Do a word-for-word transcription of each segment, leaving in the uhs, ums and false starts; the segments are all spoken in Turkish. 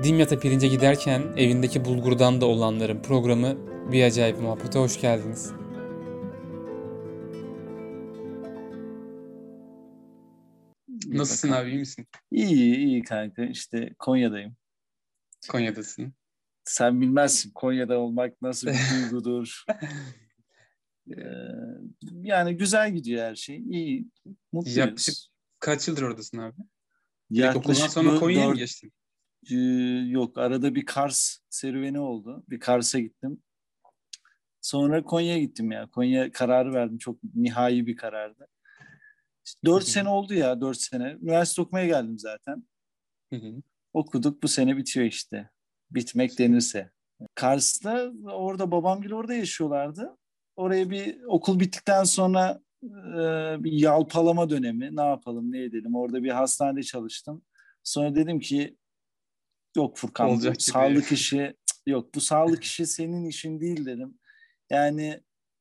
Dimyat'a pirince giderken evindeki bulgurdan da olanların programı Bir Acayip Muhabbete hoş geldiniz. İyi Nasılsın bakalım. abi, iyi misin? İyi iyi kanka, işte Konya'dayım. Konya'dasın. Sen bilmezsin Konya'da olmak nasıl bir duygudur. Ee, Yani güzel gidiyor her şey. İyi, Yaklaşık mutluyuz. kaç yıldır oradasın abi? Direkt okuldan Yaklaşık sonra Konya'ya mı dört geçtin? yok, arada bir Kars serüveni oldu. Bir Kars'a gittim. Sonra Konya'ya gittim ya. Konya kararı verdim. Çok nihai bir karardı. İşte Hı dört hı. sene oldu ya, dört sene. Üniversite okumaya geldim zaten. Hı hı. Okuduk, bu sene bitiyor işte. Bitmek denirse. Kars'ta, orada babamgil orada yaşıyorlardı. Oraya bir okul bittikten sonra e, bir yalpalama dönemi. Ne yapalım, ne edelim? Orada bir hastanede çalıştım. Sonra dedim ki yok Furkan, bu Olacak gibi. sağlık işi cık, yok, bu sağlık işi senin işin değil dedim. Yani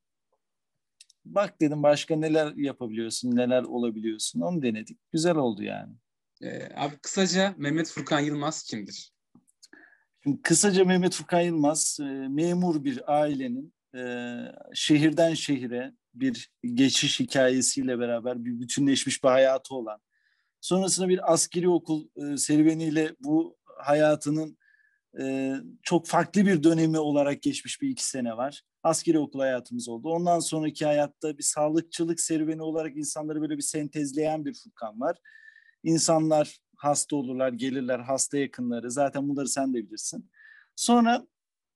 bak dedim, başka neler yapabiliyorsun, neler olabiliyorsun. Onu denedik. Güzel oldu yani. Ee, abi kısaca Mehmet Furkan Yılmaz kimdir? Şimdi kısaca Mehmet Furkan Yılmaz, e, memur bir ailenin e, şehirden şehire bir geçiş hikayesiyle beraber bir bütünleşmiş bir hayatı olan. Sonrasında bir askeri okul e, serüveniyle bu hayatının e, çok farklı bir dönemi olarak geçmiş bir iki sene var. Askeri okul hayatımız oldu. Ondan sonraki hayatta bir sağlıkçılık serüveni olarak insanları böyle bir sentezleyen bir Furkan var. İnsanlar hasta olurlar, gelirler, hasta yakınları. Zaten bunları sen de bilirsin. Sonra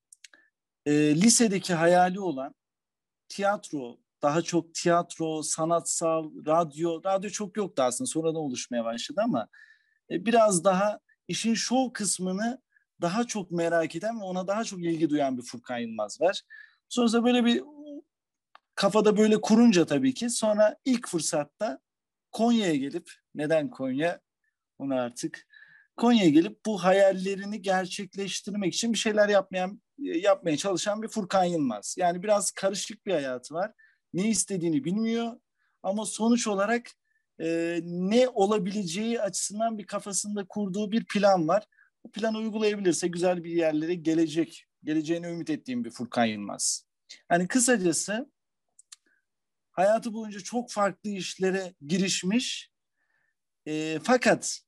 e, lisedeki hayali olan tiyatro, daha çok tiyatro, sanatsal, radyo, radyo çok yoktu aslında, sonradan oluşmaya başladı ama e, biraz daha işin şov kısmını daha çok merak eden ve ona daha çok ilgi duyan bir Furkan Yılmaz var. Sonrasında böyle bir kafada böyle kurunca tabii ki sonra ilk fırsatta Konya'ya gelip, neden Konya? Onu artık Konya'ya gelip bu hayallerini gerçekleştirmek için bir şeyler yapmayan, yapmaya çalışan bir Furkan Yılmaz. Yani biraz karışık bir hayatı var. Ne istediğini bilmiyor ama sonuç olarak e, ne olabileceği açısından bir kafasında kurduğu bir plan var. Bu planı uygulayabilirse güzel bir yerlere gelecek, geleceğini ümit ettiğim bir Furkan Yılmaz. Yani kısacası hayatı boyunca çok farklı işlere girişmiş, e, fakat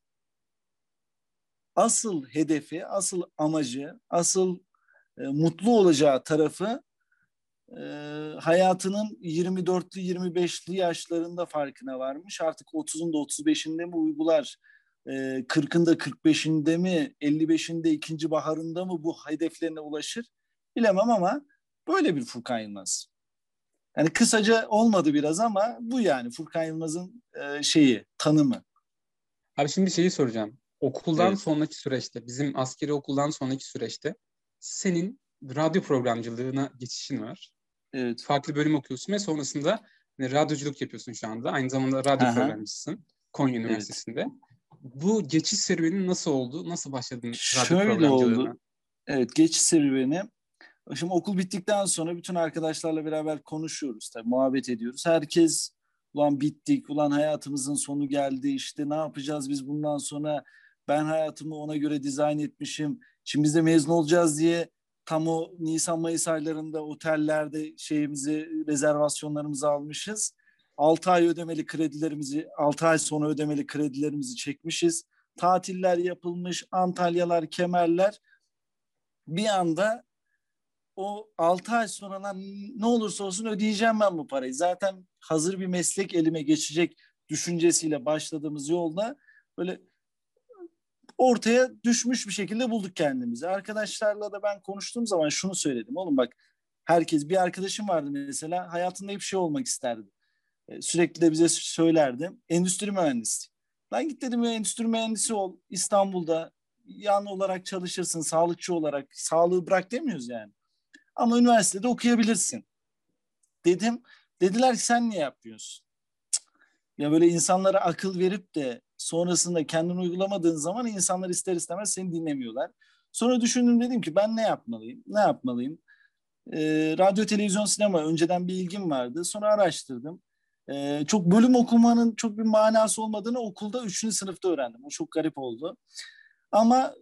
asıl hedefi, asıl amacı, asıl e, mutlu olacağı tarafı e, hayatının yirmi dörtlü yirmi beşli yaşlarında farkına varmış. Artık otuzunda otuz beşinde mi uygular, e, kırkında kırk beşinde mi, elli beşinde ikinci baharında mı bu hedeflerine ulaşır bilemem ama böyle bir Furkan Yılmaz. Yani kısaca olmadı biraz ama bu yani Furkan Yılmaz'ın e, şeyi, tanımı. Abi şimdi şeyi soracağım. Okuldan Evet, sonraki süreçte, bizim askeri okuldan sonraki süreçte senin radyo programcılığına geçişin var. evet. Farklı bölüm okuyorsun ve sonrasında hani radyoculuk yapıyorsun şu anda. Aynı zamanda radyo Aha, programcısın Konya evet. Üniversitesi'nde. Bu geçiş serüvenin nasıl oldu? Nasıl başladın radyo Şöyle programcılığına? oldu. Evet, geçiş serüveni. Şimdi okul bittikten sonra bütün arkadaşlarla beraber konuşuyoruz tabii, muhabbet ediyoruz. Herkes ulan bittik, ulan hayatımızın sonu geldi, işte ne yapacağız biz bundan sonra, ben hayatımı ona göre dizayn etmişim. Şimdi biz de mezun olacağız diye tam o Nisan-Mayıs aylarında otellerde şeyimizi, rezervasyonlarımızı almışız. altı ay ödemeli kredilerimizi, altı ay sonra ödemeli kredilerimizi çekmişiz. Tatiller yapılmış, Antalyalar, Kemerler. Bir anda o altı ay sonra lan ne olursa olsun ödeyeceğim ben bu parayı. Zaten hazır bir meslek elime geçecek düşüncesiyle başladığımız yolda böyle ortaya düşmüş bir şekilde bulduk kendimizi. Arkadaşlarla da ben konuştuğum zaman şunu söyledim. Oğlum bak, herkes, bir arkadaşım vardı mesela, hayatında hep şey olmak isterdi. E, Sürekli de bize söylerdi. Endüstri mühendisi. Ben git dedim ya, endüstri mühendisi ol. İstanbul'da yan olarak çalışırsın, sağlıkçı olarak. Sağlığı bırak demiyoruz yani. Ama üniversitede okuyabilirsin dedim. Dediler ki sen niye yapmıyorsun? Ya böyle insanlara akıl verip de sonrasında kendini uygulamadığın zaman insanlar ister istemez seni dinlemiyorlar. Sonra düşündüm, dedim ki ben ne yapmalıyım? Ne yapmalıyım? Ee, radyo, televizyon, sinema önceden bir ilgim vardı. Sonra araştırdım. Ee, çok bölüm okumanın çok bir manası olmadığını okulda üçüncü sınıfta öğrendim. O çok garip oldu. Ama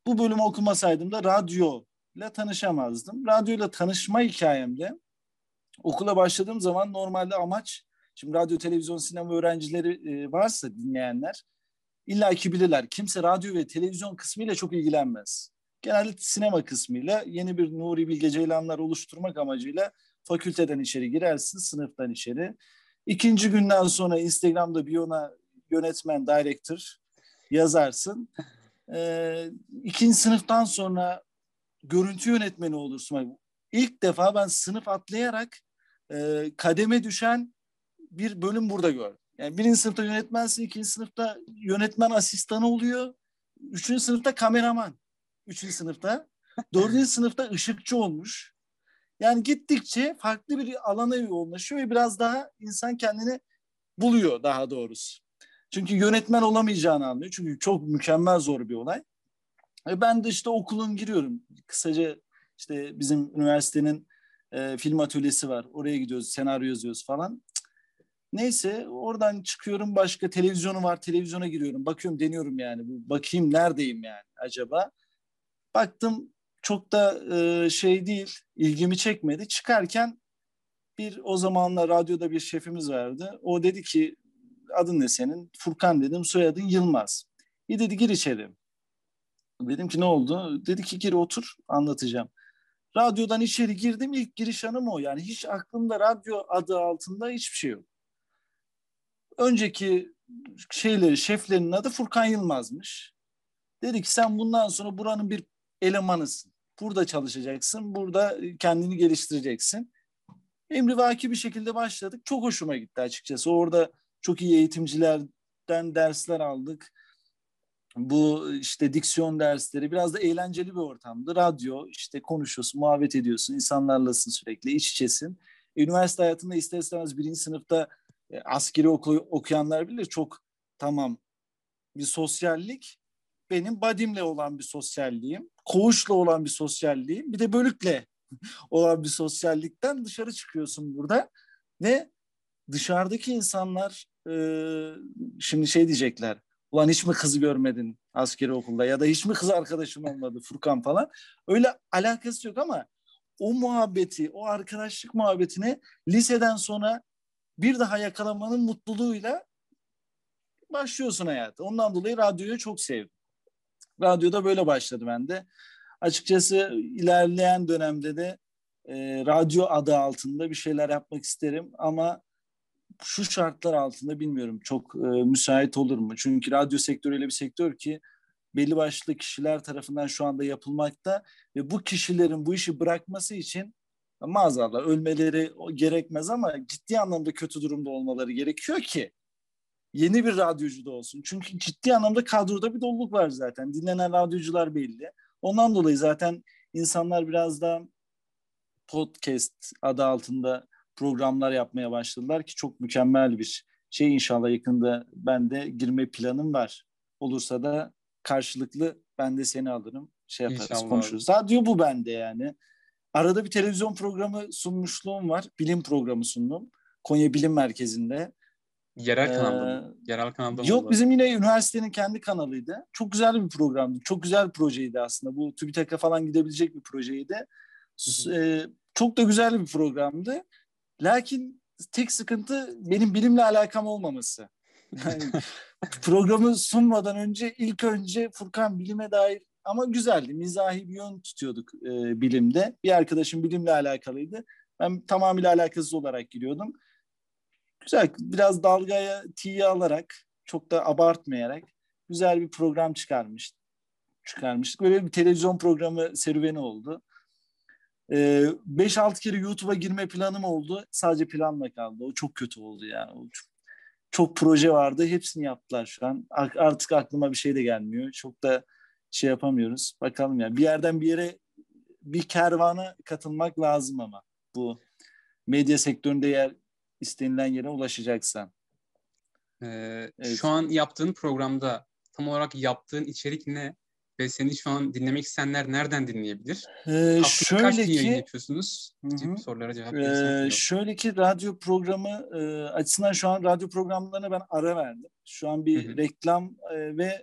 Bu bölümü okumasaydım da radyoyla tanışamazdım. Radyoyla tanışma hikayemde okula başladığım zaman normalde amaç, şimdi radyo, televizyon, sinema öğrencileri e, varsa dinleyenler illa ki bilirler. Kimse radyo ve televizyon kısmıyla çok ilgilenmez. Genelde sinema kısmıyla yeni bir Nuri Bilge Ceylanlar oluşturmak amacıyla fakülteden içeri girersin, sınıftan içeri. İkinci günden sonra Instagram'da biyona yönetmen, director yazarsın. Ee, ikinci sınıftan sonra görüntü yönetmeni olursun. İlk defa ben sınıf atlayarak e, kademe düşen bir bölüm burada gördüm. Yani birinci sınıfta yönetmensin, ikinci sınıfta yönetmen asistanı oluyor. Üçüncü sınıfta kameraman. Üçüncü sınıfta. Dördüncü sınıfta ışıkçı olmuş. Yani gittikçe farklı bir alana yoğunlaşıyor ve biraz daha insan kendini buluyor daha doğrusu. Çünkü yönetmen olamayacağını anlıyor. Çünkü çok mükemmel zor bir olay. E ben de işte okulun giriyorum. Kısaca işte bizim üniversitenin e, film atölyesi var. Oraya gidiyoruz, senaryo yazıyoruz falan. Neyse oradan çıkıyorum, başka televizyonu var, televizyona giriyorum. Bakıyorum, deniyorum yani. Bakayım neredeyim yani acaba. Baktım çok da e, şey değil, ilgimi çekmedi. Çıkarken bir o zamanlar radyoda bir şefimiz vardı. O dedi ki adın ne senin? Furkan dedim, soyadın Yılmaz. İyi dedi, gir içeri. Dedim ki ne oldu? Dedi ki gir otur, anlatacağım. Radyodan içeri girdim, ilk giriş anım o. Yani hiç aklımda radyo adı altında hiçbir şey yok. Önceki şeyleri, şeflerinin adı Furkan Yılmaz'mış. Dedi ki sen bundan sonra buranın bir elemanısın. Burada çalışacaksın, burada kendini geliştireceksin. Emrivaki bir şekilde başladık. Çok hoşuma gitti açıkçası. Orada çok iyi eğitimcilerden dersler aldık. Bu işte diksiyon dersleri, biraz da eğlenceli bir ortamdı. Radyo, işte konuşuyorsun, muhabbet ediyorsun, insanlarlasın sürekli, iç içesin. Üniversite hayatında ister istemez birinci sınıfta e, askeri oku, okuyanlar bilir, çok tamam bir sosyallik. Benim badimle olan bir sosyalliğim, koğuşla olan bir sosyalliğim, bir de bölükle olan bir sosyallikten dışarı çıkıyorsun burada. Ve dışarıdaki insanlar e, şimdi şey diyecekler. Ulan hiç mi kızı görmedin askeri okulda ya da hiç mi kız arkadaşın olmadı Furkan falan. Öyle alakası yok ama o muhabbeti, o arkadaşlık muhabbetini liseden sonra bir daha yakalamanın mutluluğuyla başlıyorsun hayata. Ondan dolayı radyoyu çok sevdim. Radyoda böyle başladı ben de. Açıkçası ilerleyen dönemde de e, radyo adı altında bir şeyler yapmak isterim ama şu şartlar altında bilmiyorum çok e, müsait olur mu? Çünkü radyo sektörü öyle bir sektör ki belli başlı kişiler tarafından şu anda yapılmakta ve bu kişilerin bu işi bırakması için maazallah ölmeleri gerekmez ama ciddi anlamda kötü durumda olmaları gerekiyor ki yeni bir radyocu da olsun. Çünkü ciddi anlamda kadroda bir doluluk var zaten. Dinlenen radyocular belli. Ondan dolayı zaten insanlar biraz daha podcast adı altında programlar yapmaya başladılar ki çok mükemmel bir şey. İnşallah yakında ben de girme planım var. Olursa da karşılıklı ben de seni alırım. Şey yaparız, İnşallah. konuşuruz. Radyo bu bende yani. Arada bir televizyon programı sunmuşluğum var. Bilim programı sundum. Konya Bilim Merkezi'nde. Yerel Ee, kanalda mı? Yerel kanalda mı yok oldu? bizim yine üniversitenin kendi kanalıydı. Çok güzel bir programdı. Çok güzel bir projeydi aslında. Bu TÜBİTAK'a falan gidebilecek bir projeydi. E, çok da güzel bir programdı. Lakin tek sıkıntı benim bilimle alakam olmaması. Yani programı sunmadan önce ilk önce Furkan bilime dair ama güzeldi. Mizahi bir yön tutuyorduk e, bilimde. Bir arkadaşım bilimle alakalıydı. Ben tamamıyla alakasız olarak giriyordum. Güzel, biraz dalgaya tiye alarak, çok da abartmayarak güzel bir program çıkarmış, çıkarmıştık. Böyle bir televizyon programı serüveni oldu. Ee, beş altı kere YouTube'a girme planım oldu. Sadece planla kaldı. O çok kötü oldu yani. O çok, çok proje vardı. Hepsini yaptılar şu an. Artık aklıma bir şey de gelmiyor. Çok da şey yapamıyoruz. Bakalım ya. Bir yerden bir yere bir kervana katılmak lazım ama bu medya sektöründe yer istenilen yere ulaşacaksan. Ee, Evet. Şu an yaptığın programda tam olarak yaptığın içerik ne? Ve seni şu an dinlemek isteyenler nereden dinleyebilir? Ee, Haftada kaç şöyle gün yayın ki yapıyorsunuz? hı Bu tip hı. sorulara cevap verirsen Ee, güzel olur. şöyle ki radyo programı e, açısından şu an radyo programlarına ben ara verdim. Şu an Hı bir hı. reklam e, ve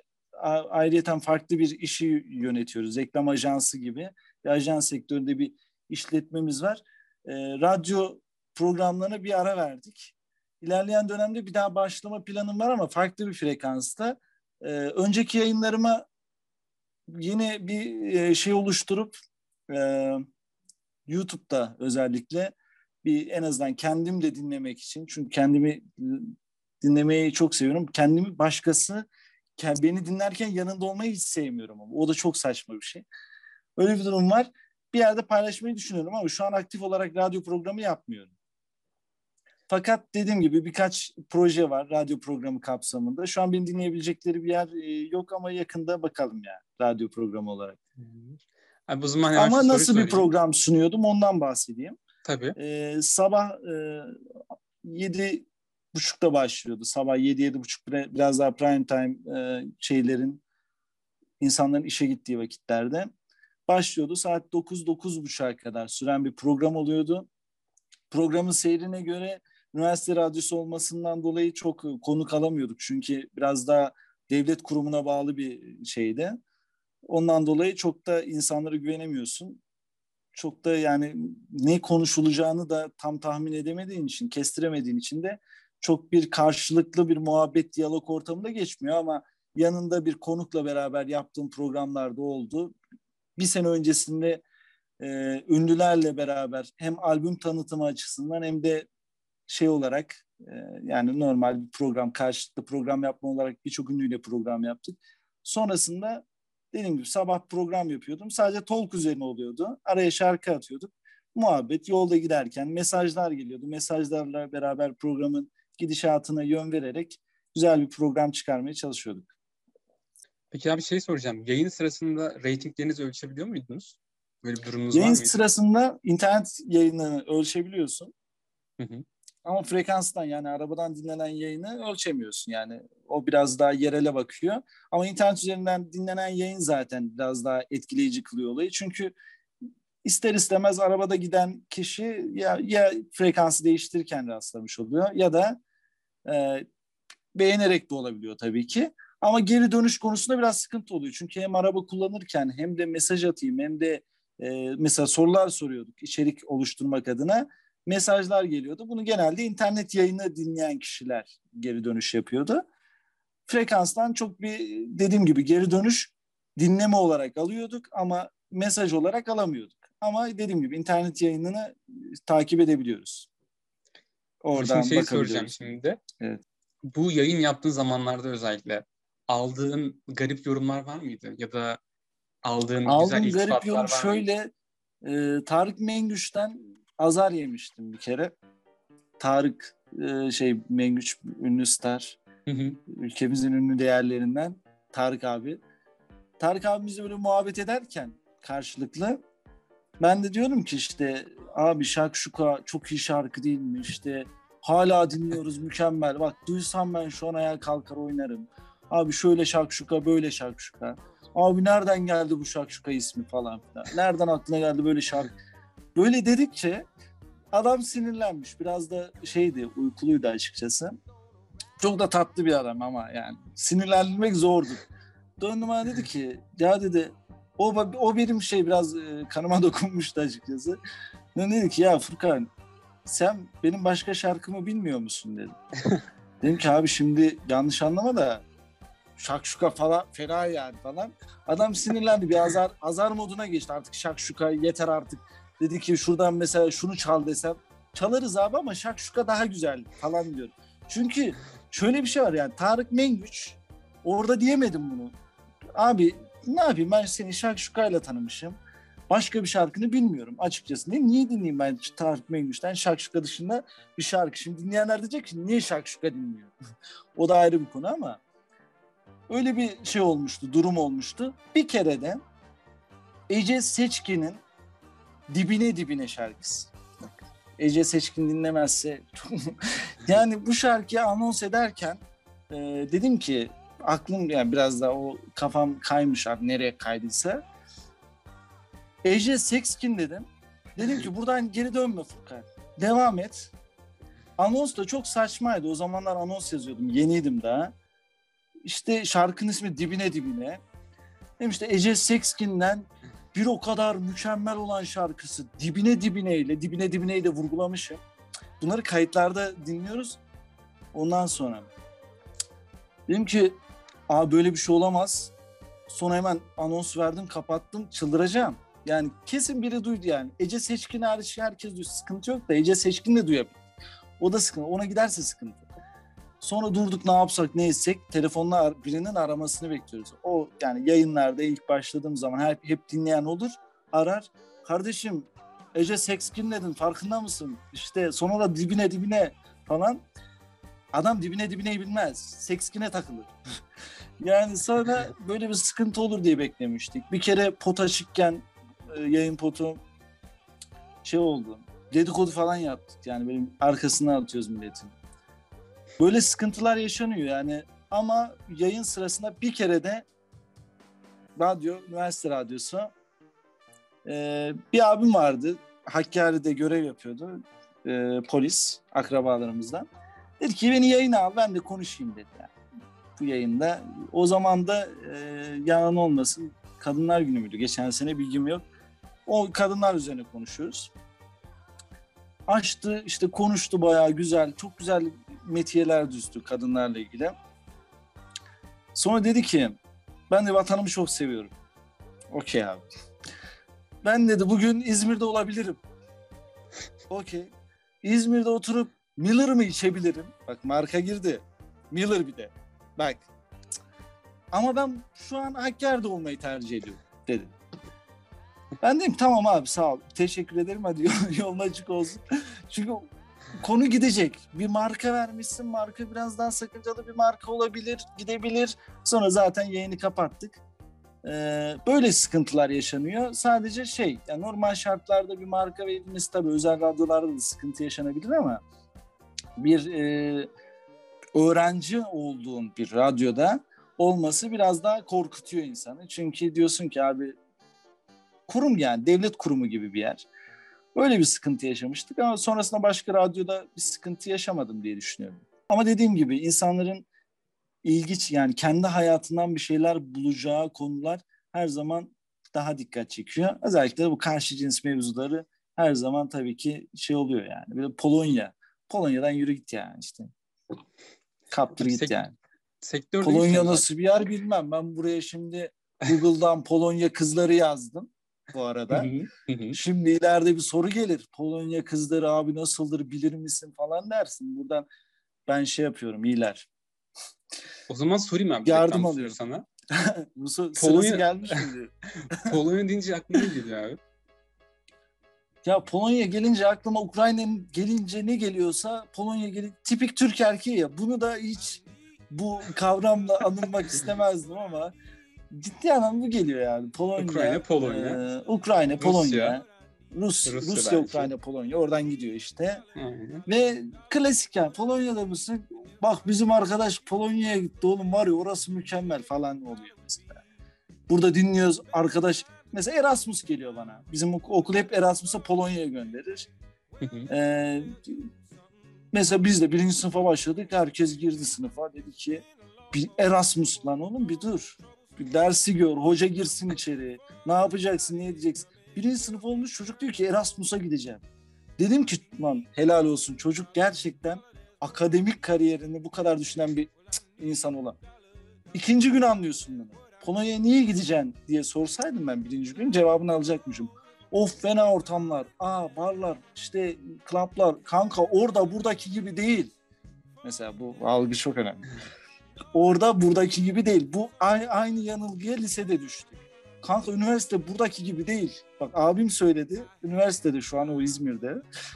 ayrıyeten farklı bir işi yönetiyoruz. Reklam ajansı gibi bir ajans sektöründe bir işletmemiz var. E, radyo programlarına bir ara verdik. İlerleyen dönemde bir daha başlama planım var ama farklı bir frekansta. E, önceki yayınlarıma yine bir e, şey oluşturup e, YouTube'da özellikle bir en azından kendim de dinlemek için, çünkü kendimi dinlemeyi çok seviyorum. Kendimi başkası beni dinlerken yanında olmayı hiç sevmiyorum ama o da çok saçma bir şey. Öyle bir durum var. Bir yerde paylaşmayı düşünüyorum ama şu an aktif olarak radyo programı yapmıyorum. Fakat dediğim gibi birkaç proje var radyo programı kapsamında. Şu an beni dinleyebilecekleri bir yer yok ama yakında bakalım yani radyo programı olarak. Abi, o zaman hemen şu ama soruyu nasıl sorayım. bir program sunuyordum ondan bahsedeyim. Tabii. Ee, sabah e, yedi buçukta başlıyordu. Sabah yedi yedi buçuk biraz daha prime time e, şeylerin insanların işe gittiği vakitlerde başlıyordu. Saat dokuz dokuz buçuğa kadar süren bir program oluyordu. Programın seyrine göre üniversite radyosu olmasından dolayı çok konuk alamıyorduk. Çünkü biraz daha devlet kurumuna bağlı bir şeydi. Ondan dolayı çok da insanlara güvenemiyorsun. Çok da yani ne konuşulacağını da tam tahmin edemediğin için, kestiremediğin için de çok bir karşılıklı bir muhabbet, diyalog ortamında geçmiyor ama yanında bir konukla beraber yaptığım programlarda oldu. Bir sene öncesinde e, ünlülerle beraber hem albüm tanıtımı açısından hem de şey olarak e, yani normal bir program, karşılıklı program yapma olarak birçok ünlüyle program yaptık. Sonrasında dediğim gibi sabah program yapıyordum. Sadece talk üzerine oluyordu. Araya şarkı atıyorduk. Muhabbet yolda giderken mesajlar geliyordu. Mesajlarla beraber programın gidişatına yön vererek güzel bir program çıkarmaya çalışıyorduk. Peki abi şey soracağım. Yayın sırasında reytinglerinizi ölçebiliyor muydunuz? Böyle bir durumunuz Yayın var mıydı? sırasında internet yayınını ölçebiliyorsun. Hı hı. Ama frekanstan yani arabadan dinlenen yayını ölçemiyorsun. Yani o biraz daha yerele bakıyor. Ama internet üzerinden dinlenen yayın zaten biraz daha etkileyici kılıyor olayı. Çünkü ister istemez arabada giden kişi ya, ya frekansı değiştirirken rastlamış oluyor ya da e, beğenerek de olabiliyor tabii ki. Ama geri dönüş konusunda biraz sıkıntı oluyor. Çünkü hem araba kullanırken hem de mesaj atayım hem de e, mesela sorular soruyorduk içerik oluşturmak adına. Mesajlar geliyordu. Bunu genelde internet yayını dinleyen kişiler geri dönüş yapıyordu. Frekanstan çok bir dediğim gibi geri dönüş dinleme olarak alıyorduk ama mesaj olarak alamıyorduk. Ama dediğim gibi internet yayınını takip edebiliyoruz. Abi şimdi Oradan şeyi soracağım bakabiliyoruz. şimdi de. Evet. Bu yayın yaptığın zamanlarda özellikle aldığın garip yorumlar var mıydı? Ya da aldığın güzel Aldığım garip iltifatlar yorum var mıydı? şöyle. E, Tarık Mengüç'ten azar yemiştim bir kere. Tarık e, şey Mengüç ünlü star. Hı hı. Ülkemizin ünlü değerlerinden Tarık abi. Tarık abimizle böyle muhabbet ederken karşılıklı ben de diyorum ki işte abi Şakşuka çok iyi şarkı değil mi? İşte hala dinliyoruz mükemmel. Bak duysam ben şu an ayağa kalkar oynarım. Abi şöyle Şakşuka böyle Şakşuka. Abi nereden geldi bu Şakşuka ismi falan filan. Nereden aklına geldi böyle şarkı. Böyle dedikçe adam sinirlenmiş. Biraz da şeydi uykuluydu açıkçası. Çok da tatlı bir adam ama yani sinirlenmek zordu. Döndü bana dedi ki ya dedi o, o benim şey biraz e, kanıma dokunmuştu açıkçası. Ne dedi ki ya Furkan sen benim başka şarkımı bilmiyor musun dedim. Dedim ki abi şimdi yanlış anlama da şakşuka falan fena yani falan. Adam sinirlendi bir azar azar moduna geçti artık şakşuka yeter artık. Dedi ki şuradan mesela şunu çal desem çalarız abi ama şakşuka daha güzel falan diyor. Çünkü şöyle bir şey var yani Tarık Mengüç orada diyemedim bunu. Abi ne yapayım ben seni şakşukayla tanımışım. Başka bir şarkını bilmiyorum açıkçası. Ne, niye dinleyeyim ben Tarık Mengüç'ten şakşuka dışında bir şarkı. Şimdi dinleyenler diyecek ki niye şakşuka dinliyor? O da ayrı bir konu ama öyle bir şey olmuştu, durum olmuştu. Bir kere de Ece Seçkin'in Dibine Dibine şarkısı. Ece Seçkin dinlemezse yani bu şarkıyı anons ederken e, dedim ki aklım yani biraz da o kafam kaymış abi nereye kaydıysa. Ece Seçkin dedim. Dedim ki buradan geri dönme Furkan. Devam et. Anons da çok saçmaydı. O zamanlar anons yazıyordum. Yeniydim daha. işte şarkının ismi Dibine Dibine. Hem işte Ece Seçkin'den bir o kadar mükemmel olan şarkısı Dibine Dibine ile Dibine Dibine'yi de vurgulamışım. Bunları kayıtlarda dinliyoruz. Ondan sonra dedim ki aa böyle bir şey olamaz. Sonra hemen anons verdim, kapattım. Çıldıracağım. Yani kesin biri duydu yani. Ece Seçkin hariç herkes duyuyor. Sıkıntı yok da Ece Seçkin de duyabilir. O da sıkıntı. Ona giderse sıkıntı. Sonra durduk, ne yapsak ne etsek telefonla birinin aramasını bekliyoruz. O yani yayınlarda ilk başladığım zaman hep, hep dinleyen olur. Arar. Kardeşim Ece Seçkin dedin, farkında mısın? İşte sonra da dibine dibine falan. Adam dibine dibineyi bilmez. Seçkin'e takılır. Yani sonra böyle bir sıkıntı olur diye beklemiştik. Bir kere pot açıkken yayın potu şey oldu. Dedikodu falan yaptık. Yani benim arkasından atıyoruz milletin. Böyle sıkıntılar yaşanıyor yani. Ama yayın sırasında bir kere de radyo, üniversite radyosu e, bir abim vardı. Hakkari'de görev yapıyordu. E, polis akrabalarımızdan. Dedi ki beni yayına al, ben de konuşayım dedi yani. Bu yayında. O zaman da e, yalan olmasın, Kadınlar Günü müydü? Geçen sene, bilgim yok. O kadınlar üzerine konuşuyoruz. Açtı, işte konuştu bayağı güzel. Çok güzel metiyeler düzdü kadınlarla ilgili. Sonra dedi ki ben de vatanımı çok seviyorum. Okey abi. Ben dedi bugün İzmir'de olabilirim. Okey. İzmir'de oturup Miller mı içebilirim? Bak marka girdi. Miller bir de. Bak. Ama ben şu an Hakkari'de olmayı tercih ediyorum dedi. Ben dedim tamam abi sağ ol. Teşekkür ederim, hadi yolun açık olsun. Çünkü konu gidecek. Bir marka vermişsin. Marka biraz daha sakıncalı bir marka olabilir. Gidebilir. Sonra zaten yayını kapattık. Ee, böyle sıkıntılar yaşanıyor. Sadece şey, yani normal şartlarda bir marka verilmesi tabii özel radyolarda da sıkıntı yaşanabilir ama bir e, öğrenci olduğun bir radyoda olması biraz daha korkutuyor insanı. Çünkü diyorsun ki abi kurum, yani devlet kurumu gibi bir yer. Böyle bir sıkıntı yaşamıştık ama sonrasında başka radyoda bir sıkıntı yaşamadım diye düşünüyorum. Ama dediğim gibi insanların ilginç, yani kendi hayatından bir şeyler bulacağı konular her zaman daha dikkat çekiyor. Özellikle bu karşı cins mevzuları her zaman tabii ki şey oluyor yani. Böyle Polonya. Polonya'dan yürü git yani işte. Kaptır git Sek- yani. Sektör Polonya değişiyor nasıl bir yer bilmem. Ben buraya şimdi Google'dan Polonya kızları yazdım bu arada. Şimdi ileride bir soru gelir. Polonya kızları abi nasıldır, bilir misin falan dersin. Buradan ben şey yapıyorum, iyiler. O zaman sorayım abi. Yardım Reklam alıyorum. sana. Bu so- sırası Polonya... gelmiş mi? Polonya deyince aklına ne geliyor abi? Ya Polonya gelince aklıma, Ukrayna'nın gelince ne geliyorsa Polonya gelince tipik Türk erkeği ya. Bunu da hiç bu kavramla anılmak istemezdim ama ciddi anlamda bu geliyor yani. Polonya, Ukrayna, Polonya. E, Ukrayna, Polonya, Rusya. Rus, Rusya, Rusya, belki. Ukrayna, Polonya oradan gidiyor işte. Aynen. Ve klasik yani, Polonya'da mısın? Bak bizim arkadaş Polonya'ya gitti oğlum, var ya orası mükemmel falan oluyor mesela. Burada dinliyoruz arkadaş. Mesela Erasmus geliyor bana. Bizim okul hep Erasmus'a Polonya'ya gönderir. Ee, mesela biz de birinci sınıfa başladık. Herkes girdi sınıfa. Dedi ki bir Erasmus lan oğlum, bir dur. Bir dersi gör. Hoca girsin içeri. Ne yapacaksın? Ne edeceksin? Birinci sınıf olmuş çocuk diyor ki Erasmus'a gideceğim. Dedim ki lan helal olsun, çocuk gerçekten akademik kariyerini bu kadar düşünen bir insan olan. İkinci gün anlıyorsun bunu. Polonya'ya niye gideceksin diye sorsaydım ben birinci gün cevabını alacakmışım. Of fena ortamlar, aa barlar, işte klaplar, kanka orada buradaki gibi değil. Mesela bu algı çok önemli. Orada buradaki gibi değil. Bu aynı, aynı yanılgıya lisede düştük. Kanka üniversite buradaki gibi değil. Bak abim söyledi. Üniversitede şu an, o İzmir'de.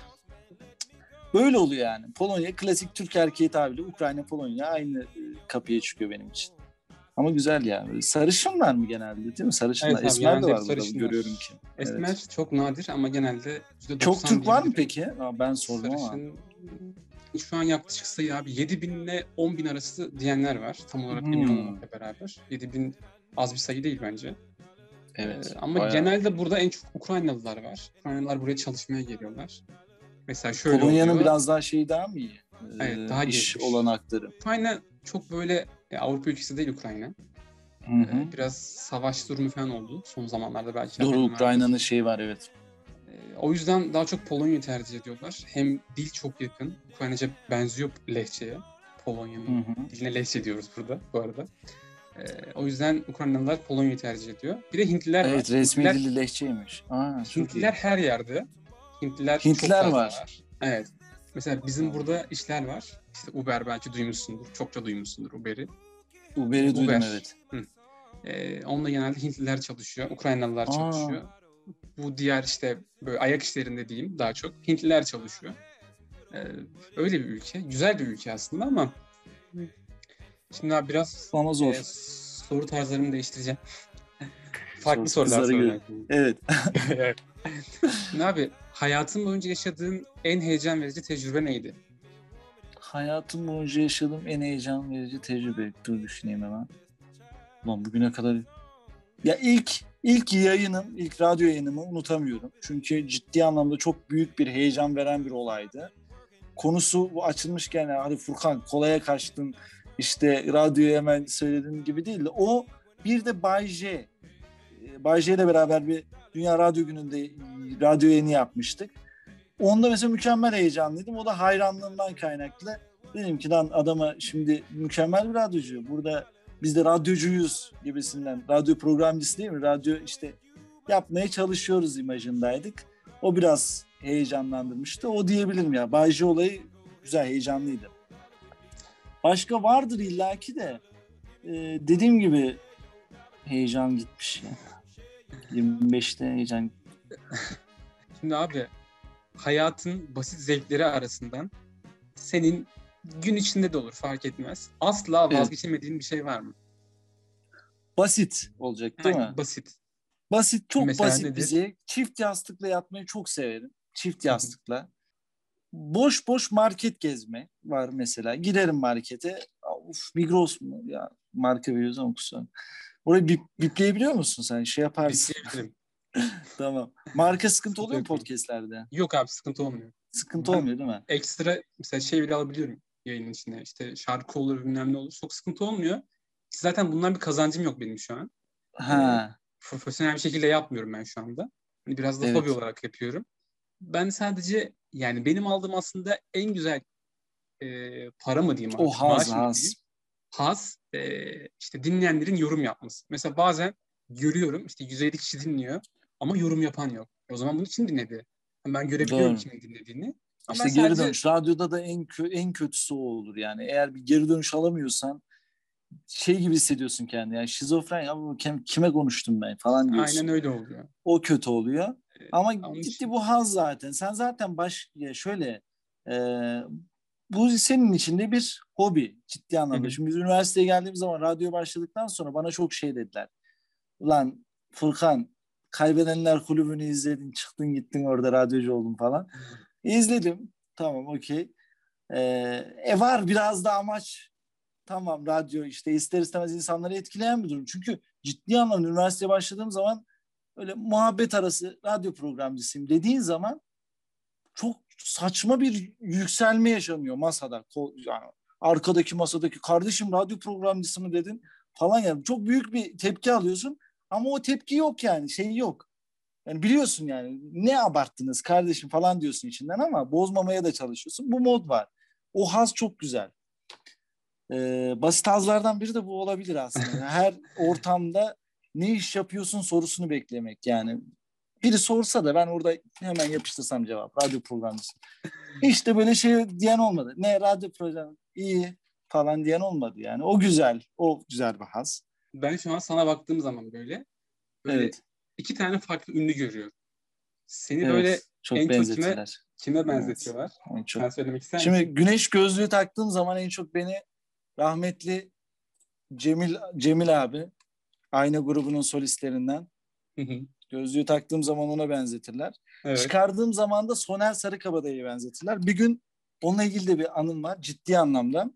Böyle oluyor yani. Polonya klasik Türk erkeği tabiri. Ukrayna, Polonya aynı kapıya çıkıyor benim için. Ama güzel yani. Sarışınlar mı genelde değil mi? Sarışınlar. Evet abi, Esmer de var burada, sarışınlar. görüyorum ki. Esmer Evet. çok nadir ama genelde yüzde doksan Çok Türk var mı diyebilirim. peki? Aa, ben sordum ama. Sarışın şu an yaklaşık sayı abi yedi bin ile on bin arası diyenler var. Tam olarak Hmm. emin olmamakla beraber. yedi bin az bir sayı değil bence. Evet. Ee, ama bayağı. Genelde burada en çok Ukraynalılar var. Ukraynalılar buraya çalışmaya geliyorlar. Mesela şöyle Polonya'nın oluyor. biraz daha şeyi daha mı iyi? Evet, daha İş gelişmiş. olanakları. Ukrayna çok böyle E, Avrupa ülkesi değil Ukrayna. Hı hı. E, biraz savaş durumu falan oldu son zamanlarda, belki Doğru, haberin vardır. Ukrayna'nın şeyi var, evet. E, o yüzden daha çok Polonya'yı tercih ediyorlar. Hem dil çok yakın. Ukraynaca benziyor lehçeye. Polonya'nın Hı hı. diline lehçe diyoruz burada bu arada. E, o yüzden Ukraynalılar Polonya'yı tercih ediyor. Bir de Hintliler var. Evet, resmi Hintliler, dili lehçeymiş. Aa, çok Hintliler iyi. her yerde. Hintliler çok Hintliler fazla var. var. Evet. Mesela bizim Aa. burada işler var. İşte Uber, belki duymuşsundur. Çokça duymuşsundur Uber'i. Uber'i E, duydum, Uber. evet. Hı. E, onunla genelde Hintliler çalışıyor. Ukraynalılar Aa, çalışıyor. Bu diğer işte böyle ayak işlerinde diyeyim daha çok Hintliler çalışıyor. E, öyle bir ülke. Güzel bir ülke aslında ama şimdi abi biraz ama zor. e, soru tarzlarımı değiştireceğim. Farklı Sor, sorular kızlara göre. soracağım. Evet. Evet. Şimdi abi, hayatın boyunca yaşadığın en heyecan verici tecrübe neydi? Hayatım boyunca yaşadığım en heyecan verici tecrübe. Dur düşüneyim hemen. Lan bugüne kadar... Ya ilk ilk yayınım, ilk radyo yayınımı unutamıyorum. Çünkü ciddi anlamda çok büyük bir heyecan veren bir olaydı. Konusu bu açılmışken, hadi Furkan kolaya kaçtın, işte radyoya hemen söylediğin gibi değil de o bir de Bay J. Bay J ile beraber bir Dünya Radyo Günü'nde radyo yayını yapmıştık. Onda mesela mükemmel heyecanlıydım. O da hayranlığımdan kaynaklı. Dedim ki lan adama, şimdi mükemmel bir radyocu. Burada biz de radyocuyuz gibisinden. Radyo programcısı değil mi? Radyo işte yapmaya çalışıyoruz imajındaydık. O biraz heyecanlandırmıştı. O diyebilirim ya. Bay J olayı güzel, heyecanlıydı. Başka vardır illaki de. Ee, dediğim gibi heyecan gitmiş ya. yirmi beşte heyecan. Şimdi abi, hayatın basit zevkleri arasından senin gün içinde de olur, fark etmez, asla Evet. vazgeçemediğin bir şey var mı? Basit olacak değil mi? Aynen, basit. Basit, çok Mesela basit bir nedir? zevk. Çift yastıkla yatmayı çok severim. Çift yastıkla. Boş boş market gezme var mesela. Girerim markete. Uf, Migros mu? Ya marka veriyoruz ama kusura. Orayı bip, bipleyebiliyor musun sen? Şey yaparsın. Bipleyebilirim. Tamam. Marka sıkıntı Sıkıntı oluyor mu yok benim. podcastlerde? Yok abi, sıkıntı olmuyor. Sıkıntı Ben olmuyor değil mi? ekstra mesela şey bile alabiliyorum yayının içine. İşte şarkı olur, bilmem ne olur. Çok sıkıntı olmuyor. Zaten bundan bir kazancım yok benim şu an. Ee, Ha, profesyonel bir şekilde yapmıyorum ben şu anda. Hani biraz da hobi evet. olarak yapıyorum. Ben sadece, yani benim aldığım aslında en güzel e, para mı diyeyim O artık, haz, maaş mı haz. diyeyim? Haz, e, işte dinleyenlerin yorum yapması. Mesela bazen görüyorum işte yüz elli kişi dinliyor ama yorum yapan yok. E, o zaman bunu kim dinledi? Ben görebiliyorum Doğru. kimin dinlediğini. Ama ben İşte geri sadece dönüş. Radyoda da en kö en kötüsü o olur yani. Eğer bir geri dönüş alamıyorsan şey gibi hissediyorsun kendini. Yani şizofren, ya bu kim- kime konuştum ben falan aynen diyorsun. öyle oluyor. O kötü oluyor. E, Ama onun gitti için. bu haz zaten. Sen zaten baş ya şöyle e, bu senin içinde bir hobi ciddi Hı anlamda. hı. Şimdi biz üniversiteye geldiğimiz zaman radyo başladıktan sonra bana çok şey dediler. Ulan Furkan, Kaybedenler Kulübü'nü izledin, çıktın gittin orada radyocu oldun falan. İzledim. Tamam, okey. Ee, e var biraz da amaç. Tamam, radyo işte ister istemez insanları etkileyen bir durum. Çünkü ciddi anlamda üniversiteye başladığım zaman öyle muhabbet arası radyo programcısıyım dediğin zaman çok saçma bir yükselme yaşanıyor masada. Yani arkadaki masadaki kardeşim radyo programcısı mı dedin falan, yani çok büyük bir tepki alıyorsun ama o tepki yok, yani şey yok. Yani biliyorsun yani ne abarttınız kardeşim falan diyorsun içinden ama bozmamaya da çalışıyorsun. Bu mod var. O haz çok güzel. Ee, basit hazlardan biri de bu olabilir aslında. Yani her ortamda ne iş yapıyorsun sorusunu beklemek yani. Biri sorsa da ben orada hemen yapıştırsam cevap. Radyo programcısı. Hiç de böyle şey diyen olmadı. Ne radyo programı iyi falan diyen olmadı yani. O güzel. O güzel bir haz. Ben şu an sana baktığım zaman böyle böyle Evet. iki tane farklı ünlü görüyorum. Seni böyle Evet. Çok en çok kime benzetirler. kime Evet. benzetiyorlar? En çok. Sen söylemek ister Şimdi misin? güneş gözlüğü taktığım zaman en çok beni rahmetli Cemil Cemil abi, Ayna grubunun solistlerinden. Hı hı. Gözlüğü taktığım zaman ona benzetirler. Evet. Çıkardığım zaman da Soner Sarıkabadayı'ya benzetirler. Bir gün onunla ilgili de bir anım var ciddi anlamda.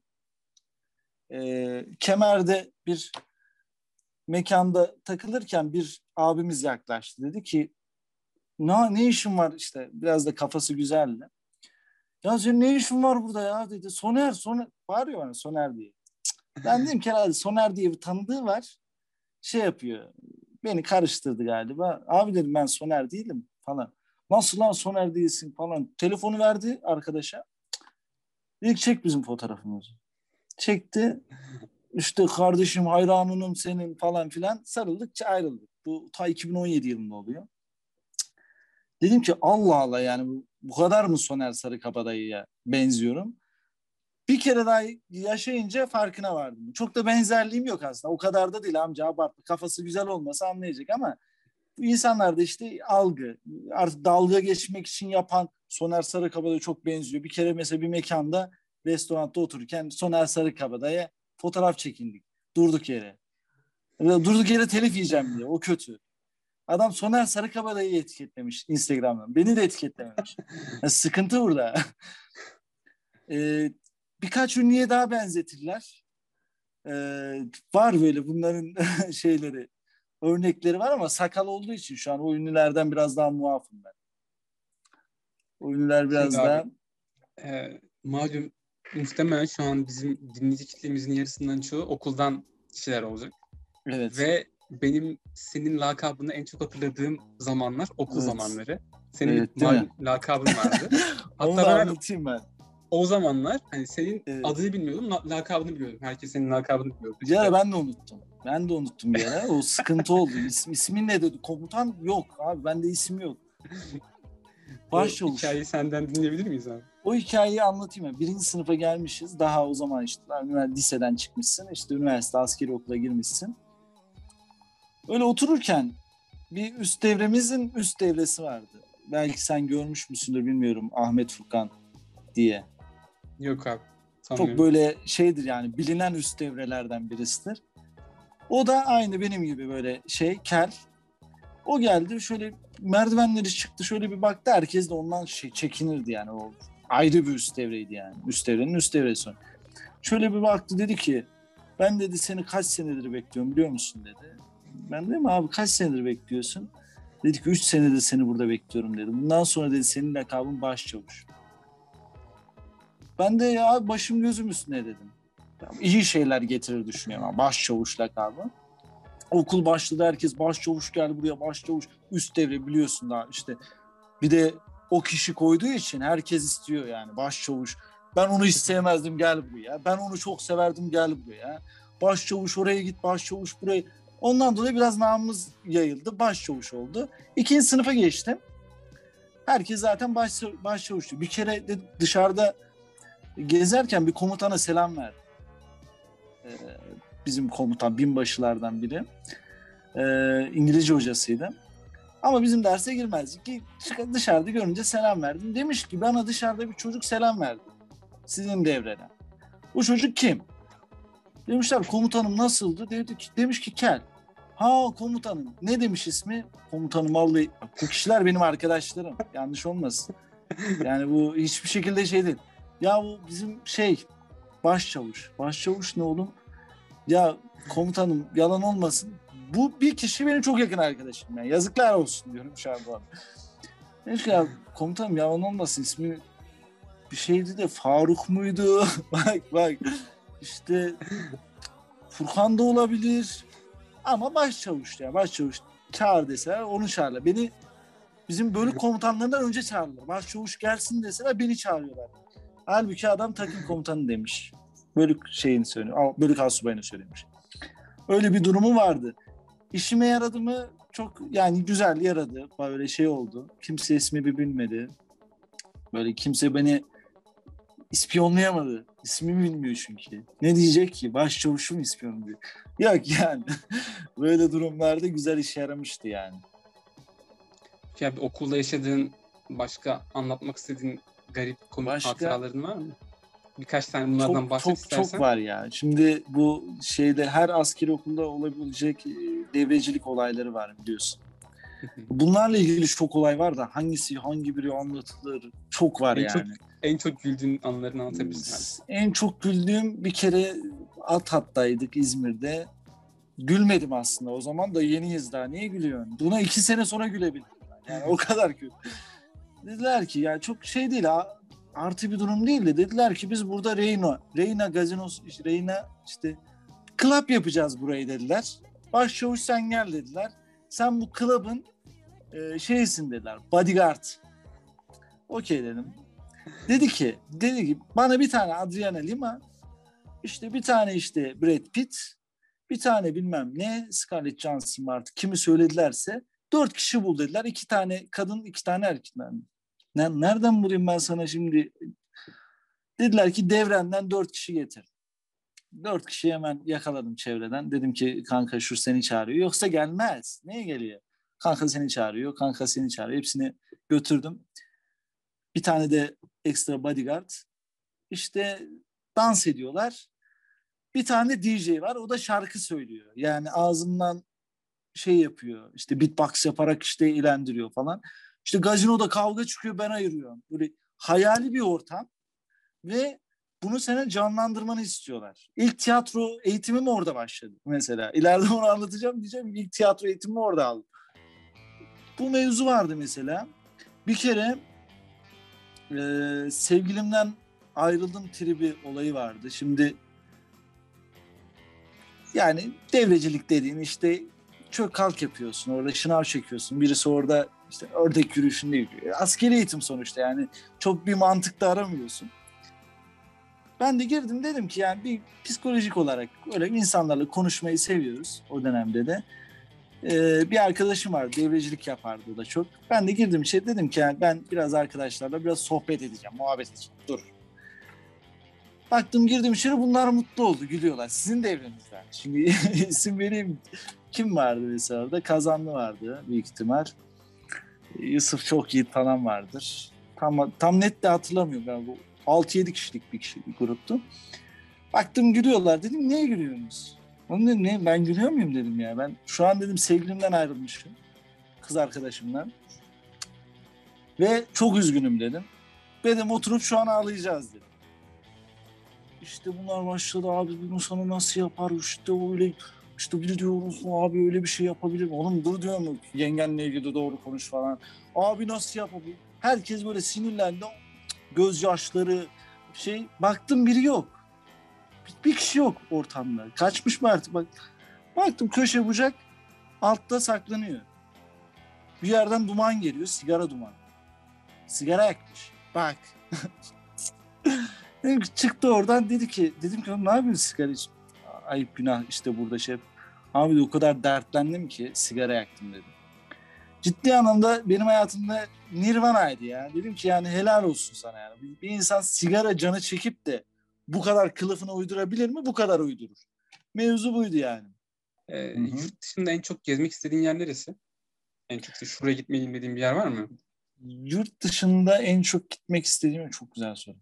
Ee, Kemer'de bir mekanda takılırken bir abimiz yaklaştı. Dedi ki ne, ne işin var, işte biraz da kafası güzeldi. Ya senin ne işin var burada ya dedi. Soner, Soner. Bağırıyor bana Soner diye. Ben dedim ki herhalde Soner diye bir tanıdığı var. Şey yapıyor. Beni karıştırdı galiba. Abi dedim ben Soner değilim falan. Nasıl lan Soner değilsin falan. Telefonu verdi arkadaşa. İlk çek bizim fotoğrafımızı. Çekti. İşte kardeşim hayranınım senin falan filan. Sarıldık ayrıldık. Bu ta iki bin on yedi yılında oluyor. Dedim ki Allah Allah yani bu, bu kadar mı Soner Sarıkabadayı'ya benziyorum? Bir kere daha yaşayınca farkına vardım. Çok da benzerliğim yok aslında. O kadar da değil amca abartma. Kafası güzel olmasa anlayacak ama bu insanlar da işte algı. Artık dalga geçmek için yapan Soner Sarıkabadayı çok benziyor. Bir kere mesela bir mekanda restoranda otururken Soner Sarıkabadayı'ya fotoğraf çekindik. Durduk yere. Durduk yere telif yiyeceğim diye. O kötü. Adam Soner Sarıkabadayı'yı etiketlemiş Instagram'dan. Beni de etiketlememiş. Yani sıkıntı burada. ee, birkaç ünlüye daha benzetirler. Ee, var böyle bunların şeyleri, örnekleri var ama sakal olduğu için şu an o ünlülerden biraz daha muafım ben. O ünlüler biraz Şimdi daha... abi, e, malum muhtemelen şu an bizim dinleyici kitlemizin yarısından çoğu okuldan kişiler olacak. Evet. Ve benim senin lakabını en çok hatırladığım zamanlar okul Evet. zamanları. Senin Evet, bir değil malum mi? lakabın vardı. Onu Hatta da ben anlatayım ben. o zamanlar hani senin Evet. adını bilmiyordum, la- lakabını biliyordum. Herkes senin lakabını biliyordu Bir işte. ara ben de unuttum. Ben de unuttum bir ara. O sıkıntı oldu. İsm, ismin ne dedi? Komutan yok abi. Bende isim yok. O Başçavuş. hikayeyi senden dinleyebilir miyiz abi? O hikayeyi anlatayım. Ya. Birinci sınıfa gelmişiz. Daha o zaman işte liseden çıkmışsın. İşte üniversite, askeri okula girmişsin. Öyle otururken bir üst devremizin üst devresi vardı. Belki sen görmüş müsündür bilmiyorum. Ahmet Furkan diye. Yok abi. Çok böyle şeydir yani bilinen üst devrelerden birisidir. O da aynı benim gibi böyle şey kel. O geldi şöyle merdivenleri çıktı şöyle bir baktı. Herkes de ondan şey çekinirdi yani. O ayrı bir üst devreydi yani. Üst devrenin üst devresi. Şöyle bir baktı dedi ki ben dedi seni kaç senedir bekliyorum biliyor musun dedi. Ben dedim abi kaç senedir bekliyorsun? Dedi ki üç senedir seni burada bekliyorum dedi. Bundan sonra dedi senin lakabın başçavuş. Ben de ya başım gözüm üstüne dedim. İyi şeyler getirir düşünüyorum ama başçavuş lakabı. Okul başladı herkes başçavuş gel buraya başçavuş. Üst devre biliyorsun daha işte. Bir de o kişi koyduğu için herkes istiyor yani başçavuş. Ben onu hiç sevmezdim gel buraya. Ben onu çok severdim gel buraya. Başçavuş oraya git başçavuş buraya. Ondan dolayı biraz namımız yayıldı. Başçavuş oldu. İkinci sınıfa geçtim. Herkes zaten baş, başçavuştu. Bir kere de dışarıda gezerken bir komutana selam verdi. Ee, bizim komutan binbaşılardan biri. Ee, İngilizce hocasıydı. Ama bizim derse girmezdik ki dışarıda görünce selam verdim. Demiş ki bana dışarıda bir çocuk selam verdi. Sizin devrede. Bu çocuk kim? Demişler komutanım nasıldı? Dedi ki, demiş ki kel. Ha komutanım. Ne demiş ismi? Komutanım vallahi bu kişiler benim arkadaşlarım. Yanlış olmasın. Yani bu hiçbir şekilde şey değil. Ya bu bizim şey başçavuş. Başçavuş ne oğlum? Ya komutanım yalan olmasın. Bu bir kişi benim çok yakın arkadaşım. Yani yazıklar olsun diyorum şu an bu an. Demiş ki ya komutanım yalan olmasın ismi bir şeydi de Faruk muydu? bak bak işte Furkan da olabilir. Ama başçavuş ya başçavuş çağır deseler onu çağırırlar. Beni bizim bölük komutanlarından önce çağırırlar. Başçavuş gelsin deseler beni çağırıyorlar. Halbuki adam takım komutanı demiş. Bölük şeyini söylüyor. Bölük astsubayını söylemiş. Öyle bir durumu vardı. İşime yaradı mı? Çok yani güzel yaradı. Böyle şey oldu. Kimse ismimi bilmedi. Böyle kimse beni ispiyonlayamadı. İsmimi bilmiyor çünkü. Ne diyecek ki? Başçavuşum ispiyonluyor. Yok yani. Böyle durumlarda güzel işe yaramıştı yani. Ya bir okulda yaşadığın başka anlatmak istediğin garip komik Başka... hatıraların var mı? Birkaç tane bunlardan çok, bahset çok, istersen. Çok var ya. Şimdi bu şeyde her askeri okulda olabilecek devrecilik olayları var biliyorsun. Bunlarla ilgili çok olay var da hangisi hangi biri anlatılır çok var en yani. Çok, en çok güldüğün anlarını anlatabilirsin. En çok güldüğüm bir kere Athat'taydık İzmir'de. Gülmedim aslında o zaman da yeniyiz daha niye gülüyorsun? Buna iki sene sonra gülebildim. Yani o kadar kötü. Dediler ki ya çok şey değil artı bir durum değil de dediler ki biz burada Reyna, Reyna gazinosu, işte Reyna işte club yapacağız burayı dediler. Başçavuş sen gel dediler. Sen bu club'ın e, şeysin dediler. Bodyguard. Okey dedim. Dedi ki, dedi ki bana bir tane Adriana Lima, işte bir tane işte Brad Pitt, bir tane bilmem ne Scarlett Johansson artık kimi söyledilerse dört kişi bul dediler. İki tane kadın, iki tane erkek. Nereden bulayım ben sana şimdi? Dediler ki devrenden dört kişi getir. Dört kişi hemen yakaladım çevreden. Dedim ki kanka şu seni çağırıyor. Yoksa gelmez. Neye geliyor? Kanka seni çağırıyor. Kanka seni çağırıyor. Hepsini götürdüm. Bir tane de ekstra bodyguard. İşte dans ediyorlar. Bir tane D J var. O da şarkı söylüyor. Yani ağzından şey yapıyor. İşte beatbox yaparak işte eğlendiriyor falan. İşte gazinoda kavga çıkıyor, ben ayırıyorum. Böyle hayali bir ortam ve bunu senin canlandırmanı istiyorlar. İlk tiyatro eğitimim orada başladı mesela. İleride onu anlatacağım diyeceğim. İlk tiyatro eğitimimi orada aldım. Bu mevzu vardı mesela. Bir kere e, sevgilimden ayrıldım tribi olayı vardı. Şimdi yani devrecilik dediğin işte çök kalk yapıyorsun. Orada şınav çekiyorsun. Birisi orada işte ördek yürüyüşünde yürüyor. Askeri eğitim sonuçta yani. Çok bir mantık da aramıyorsun. Ben de girdim dedim ki yani bir psikolojik olarak öyle insanlarla konuşmayı seviyoruz o dönemde de. Ee, bir arkadaşım vardı, devrecilik yapardı o da çok. Ben de girdim şey dedim ki yani ben biraz arkadaşlarla biraz sohbet edeceğim, muhabbet edeceğim. Dur. Baktım girdim içeri, bunlar mutlu oldu, gülüyorlar. Sizin devrinizden. Şimdi isim vereyim. Kim vardı mesela orada? Kazanlı vardı büyük ihtimal. Yusuf Çok Yiğit falan vardır. Tam, tam net de hatırlamıyorum galiba. altı yedi kişilik bir, kişi, bir gruptu. Baktım gülüyorlar. Dedim niye gülüyorsunuz? Onun dedim ne? Ben gülüyor muyum dedim ya. Ben şu an dedim sevgilimden ayrılmışım. Kız arkadaşımdan. Ve çok üzgünüm dedim. Dedim oturup şu an ağlayacağız dedim. İşte bunlar başladı abi bunu sana nasıl yapar işte öyle işte bir diyoruz abi öyle bir şey yapabilir mi? Oğlum dur diyorum yengenle ilgili doğru konuş falan. Abi nasıl yapabilir? Herkes böyle sinirlendi. Gözyaşları şey baktım biri yok. Bir, bir kişi yok ortamda. Kaçmış mı artık bak. Baktım köşe bucak altta saklanıyor. Bir yerden duman geliyor, sigara duman. Sigara yakmış. Bak. Çıktı oradan dedi ki dedim ki ne yapıyorsun sigara için? Ayıp günah işte burada şef. Abi de o kadar dertlendim ki sigara yaktım dedim. Ciddi anlamda benim hayatımda nirvanaydı ya. Dedim ki yani helal olsun sana yani. Bir, bir insan sigara canı çekip de bu kadar kılıfını uydurabilir mi? Bu kadar uydurur. Mevzu buydu yani. Ee, yurt dışında en çok gezmek istediğin yer neresi? En çok işte şuraya gitmeliyim dediğin bir yer var mı? Yurt dışında en çok gitmek istediğim çok güzel soru.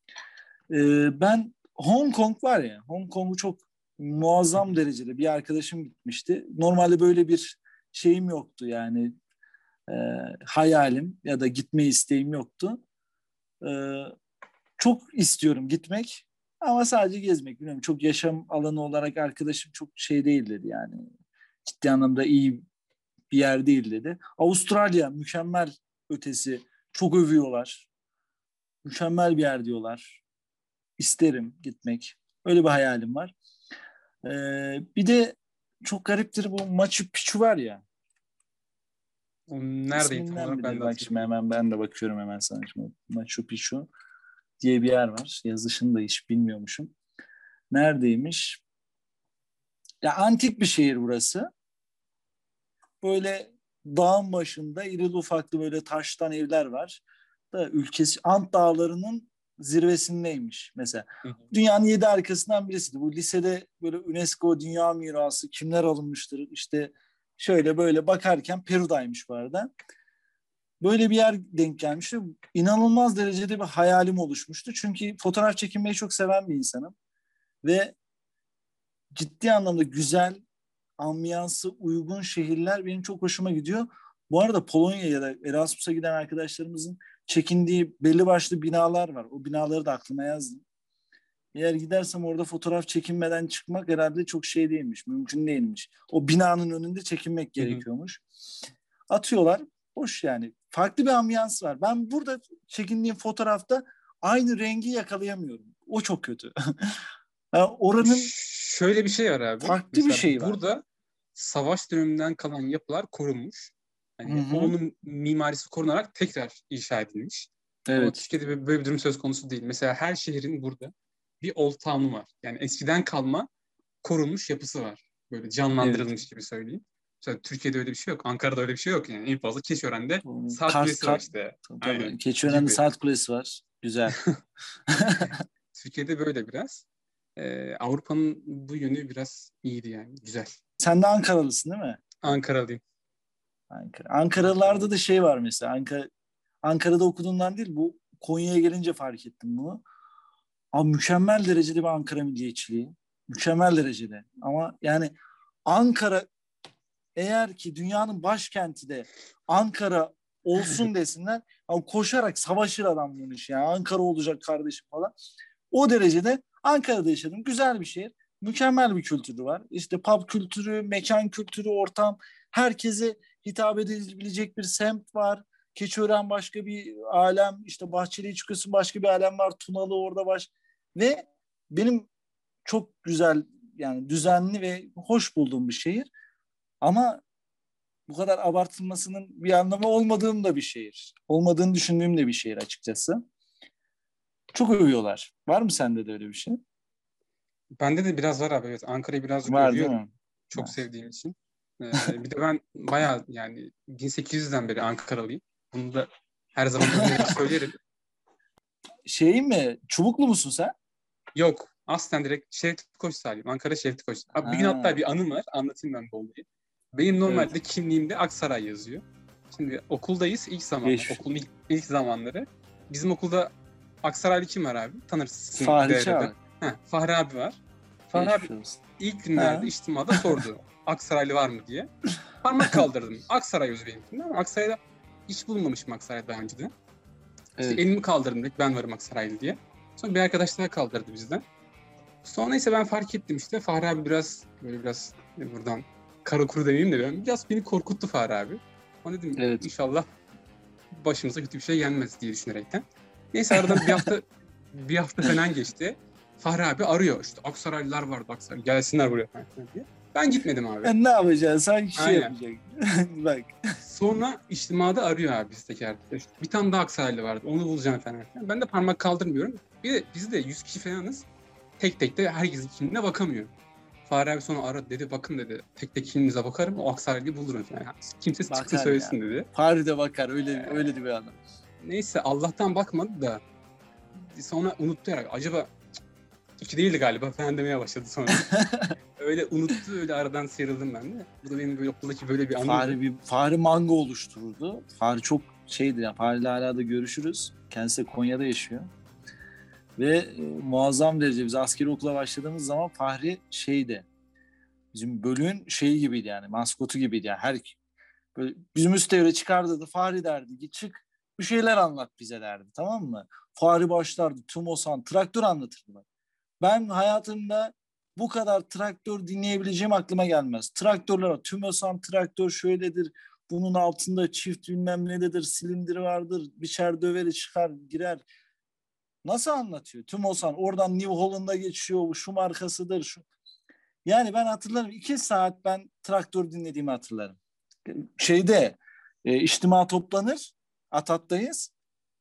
Ee, ben Hong Kong var ya, Hong Kong'u çok muazzam derecede bir arkadaşım gitmişti. Normalde böyle bir şeyim yoktu yani e, hayalim ya da gitme isteğim yoktu. E, çok istiyorum gitmek ama sadece gezmek. Bilmiyorum çok yaşam alanı olarak arkadaşım çok şey değil dedi yani. Ciddi anlamda iyi bir yer değil dedi. Avustralya mükemmel ötesi. Çok övüyorlar. Mükemmel bir yer diyorlar. İsterim gitmek. Öyle bir hayalim var. Ee, bir de çok gariptir bu Machu Picchu var ya. O neredeydi tam İsminden olarak ben midir? de Bak şimdi hatırlamıyorum. hemen ben de bakıyorum hemen sana. Şimdi Machu Picchu diye bir yer var. Yazışını da hiç bilmiyormuşum. Neredeymiş? Ya antik bir şehir burası. Böyle dağın başında irili ufaklı böyle taştan evler var. Da ülkesi Ant Dağları'nın zirvesindeymiş mesela. Hı hı. Dünyanın yedi harikasından birisiydi. Bu lisede böyle UNESCO Dünya Mirası kimler alınmıştır işte şöyle böyle bakarken Peru'daymış bu arada. Böyle bir yer denk gelmişti. İnanılmaz derecede bir hayalim oluşmuştu. Çünkü fotoğraf çekinmeyi çok seven bir insanım. Ve ciddi anlamda güzel, ambiyansı uygun şehirler benim çok hoşuma gidiyor. Bu arada Polonya'ya ya da Erasmus'a giden arkadaşlarımızın çekindiği belli başlı binalar var. O binaları da aklıma yazdım. Eğer gidersem orada fotoğraf çekinmeden çıkmak herhalde çok şey değilmiş, mümkün değilmiş. O binanın önünde çekinmek Hı hı. gerekiyormuş. Atıyorlar, hoş yani. Farklı bir ambiyans var. Ben burada çekindiğim fotoğrafta aynı rengi yakalayamıyorum. O çok kötü. Yani oranın Şöyle bir şey var abi. farklı bir Mesela şey var. burada savaş döneminden kalan yapılar korunmuş. Hı Hani hı. onun mimarisi korunarak tekrar inşa edilmiş. Ama Evet. Türkiye'de böyle bir durum söz konusu değil. Mesela her şehrin burada bir Old Town'u var. Yani eskiden kalma korunmuş yapısı var. Böyle Evet. canlandırılmış gibi söyleyeyim. Mesela Türkiye'de öyle bir şey yok. Ankara'da öyle bir şey yok yani. En fazla Keçiören'de saat Kars, kulesi var Kars, işte. tabii, Aynen. tabii. Keçiören'de Gibi. saat kulesi var. Güzel. Türkiye'de böyle biraz. Ee, Avrupa'nın bu yönü biraz iyiydi yani. Güzel. Sen de Ankaralısın değil mi? Ankaralıyım. Ankara. Ankaralılarda Ankaralıyım. da şey var mesela. Ankara, Ankara'da okuduğundan değil, bu Konya'ya gelince fark ettim bunu. Abi mükemmel derecede bir Ankara milliyetçiliği. Mükemmel derecede. Ama yani Ankara, eğer ki dünyanın başkenti de Ankara olsun desinler, ama koşarak savaşır adam bunu iş. Yani Ankara olacak kardeşim falan. O derecede Ankara'da yaşadım. Güzel bir şehir. Mükemmel bir kültürü var. İşte pub kültürü, mekan kültürü, ortam. Herkese hitap edebilecek bir semt var. Keçiören başka bir alem. İşte Bahçeli'ye çıkıyorsun, başka bir alem var. Tunalı orada baş. Ve benim çok güzel, yani düzenli ve hoş bulduğum bir şehir. Ama bu kadar abartılmasının bir anlamı olmadığım da bir şehir. Olmadığını düşündüğüm de bir şehir açıkçası. Çok övüyorlar. Var mı sende de öyle bir şey? Bende de biraz var abi. Evet, Ankara'yı birazcık Var değil övüyorum. mi? Çok Evet. sevdiğim için. Ee, bir de ben bayağı yani bin sekiz yüzden beri Ankaralıyım. Bunu da her zaman övünerek söylerim. Şey mi? Çubuklu musun sen? Yok. Aslen direkt Şevket Koçsar'lıyım. Ankara Şevket Koç. Abi bir gün hatta Ha, bir anım var. Anlatayım ben bu olayı. Benim evet. normalde kimliğimde Aksaray yazıyor. Şimdi okuldayız ilk zamanlar. Geç. Okulun ilk, ilk zamanları. Bizim okulda Aksaraylı kim var abi? Tanırsın Fahri devreden. Çağlar. Heh, Fahri abi var. Fahri abi Geçmiş olsun. ilk Ha. günlerde içtimada sordu. Aksaraylı var mı diye. Parmak kaldırdım. Aksaray yazıyor benimkinde ama Aksaray'da hiç bulunmamışım Aksaray'da daha önceden. İşte Evet. elimi kaldırdım dedik ben varım Aksaraylı diye. Sonra bir arkadaş daha kaldırdı bizden. Sonra ise ben fark ettim işte Fahri abi biraz böyle biraz buradan kara kuru demeyeyim de ben biraz beni korkuttu Fahri abi. Ona dedim Evet. inşallah başımıza kötü bir şey gelmez diye düşünerekten. Neyse aradan bir hafta bir hafta falan geçti. Fahri abi arıyor işte Aksaraylılar vardı Aksaray gelsinler buraya falan diye. Ben gitmedim abi. Ben ne yapacaksın? Sanki şey Aynen. yapacak. Bak. Sonra içtimada arıyor abi bizdeki arkadaş. Bir tane daha Aksaraylı vardı. Onu bulacağım falan. Ben de parmak kaldırmıyorum. Bir de biz de yüz kişi falanız. Tek tek de herkesin kimliğine bakamıyor. Fahri abi sonra aradı dedi. Bakın dedi. Tek tek kimliğinize bakarım. O Aksaraylıyı bulurum falan. Yani kimse çıksın Bakar söylesin ya. dedi. Fahri de bakar. Öyle Ee, öyle de bir adam. Neyse Allah'tan bakmadı da sonra unuttu herhalde. Acaba iki değildi galiba falan demeye başladı sonra. Öyle unuttu. Öyle aradan sıyrıldım ben de. Bu da benim böyle okuldaki böyle bir anıydı. Fahri bir Fahri mango oluştururdu. Fahri çok şeydir yani. Fahri'yle hala da görüşürüz. Kendisi de Konya'da yaşıyor. Ve e, muazzam derece biz askeri okula başladığımız zaman Fahri şeydi. Bizim bölüğün şeyi gibiydi yani. Maskotu gibiydi yani. Her böyle bizim üst devre çıkardı. Fahri derdi ki çık bir şeyler anlat bize derdi. Tamam mı? Fahri başlardı. Tumosan traktör anlatırdı. Ben hayatımda bu kadar traktör dinleyebileceğim aklıma gelmez. Traktörler var. Tümosan traktör şöyledir. Bunun altında çift bilmem nedir. Silindiri vardır. Biçer döveri çıkar girer. Nasıl anlatıyor? Tümosan oradan New Holland'a geçiyor. Şu markasıdır. Şu. Yani ben hatırlarım. iki saat ben traktör dinlediğimi hatırlarım. Şeyde e, içtima toplanır. Atat'tayız.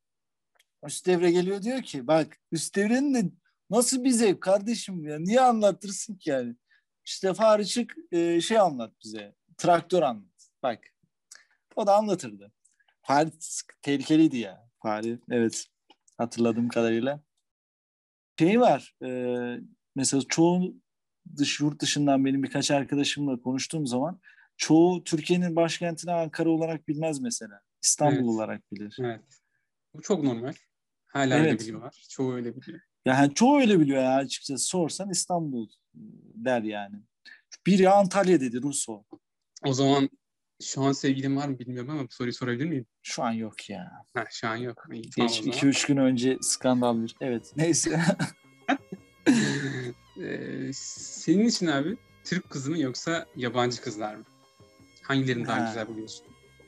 Üst devre geliyor diyor ki bak üst devrenin de nasıl bir zevk kardeşim ya. Niye anlatırsın ki yani? İşte Fahri çık e, şey anlat bize. Traktör anlat. Bak o da anlatırdı. Fahri tehlikeliydi ya. Fahri evet hatırladığım kadarıyla. Şey var e, mesela çoğu dış yurt dışından benim birkaç arkadaşımla konuştuğum zaman çoğu Türkiye'nin başkentini Ankara olarak bilmez mesela. İstanbul Evet. olarak bilir. Evet. Bu çok normal. Hala öyle Evet. biliyorlar. Çoğu öyle biliyor. Yani çoğu öyle biliyor ya açıkçası. Sorsan İstanbul der yani. Biri Antalya dedi Russo. O zaman şu an sevgilim var mı bilmiyorum ama bu soruyu sorabilir miyim? Şu an yok ya. Heh, şu an yok. İyi, tamam Geç o iki zaman. üç gün önce skandal bir. Evet neyse. Ee, senin için abi Türk kızı mı yoksa yabancı kızlar mı? Hangilerini daha güzel ha. buluyorsun?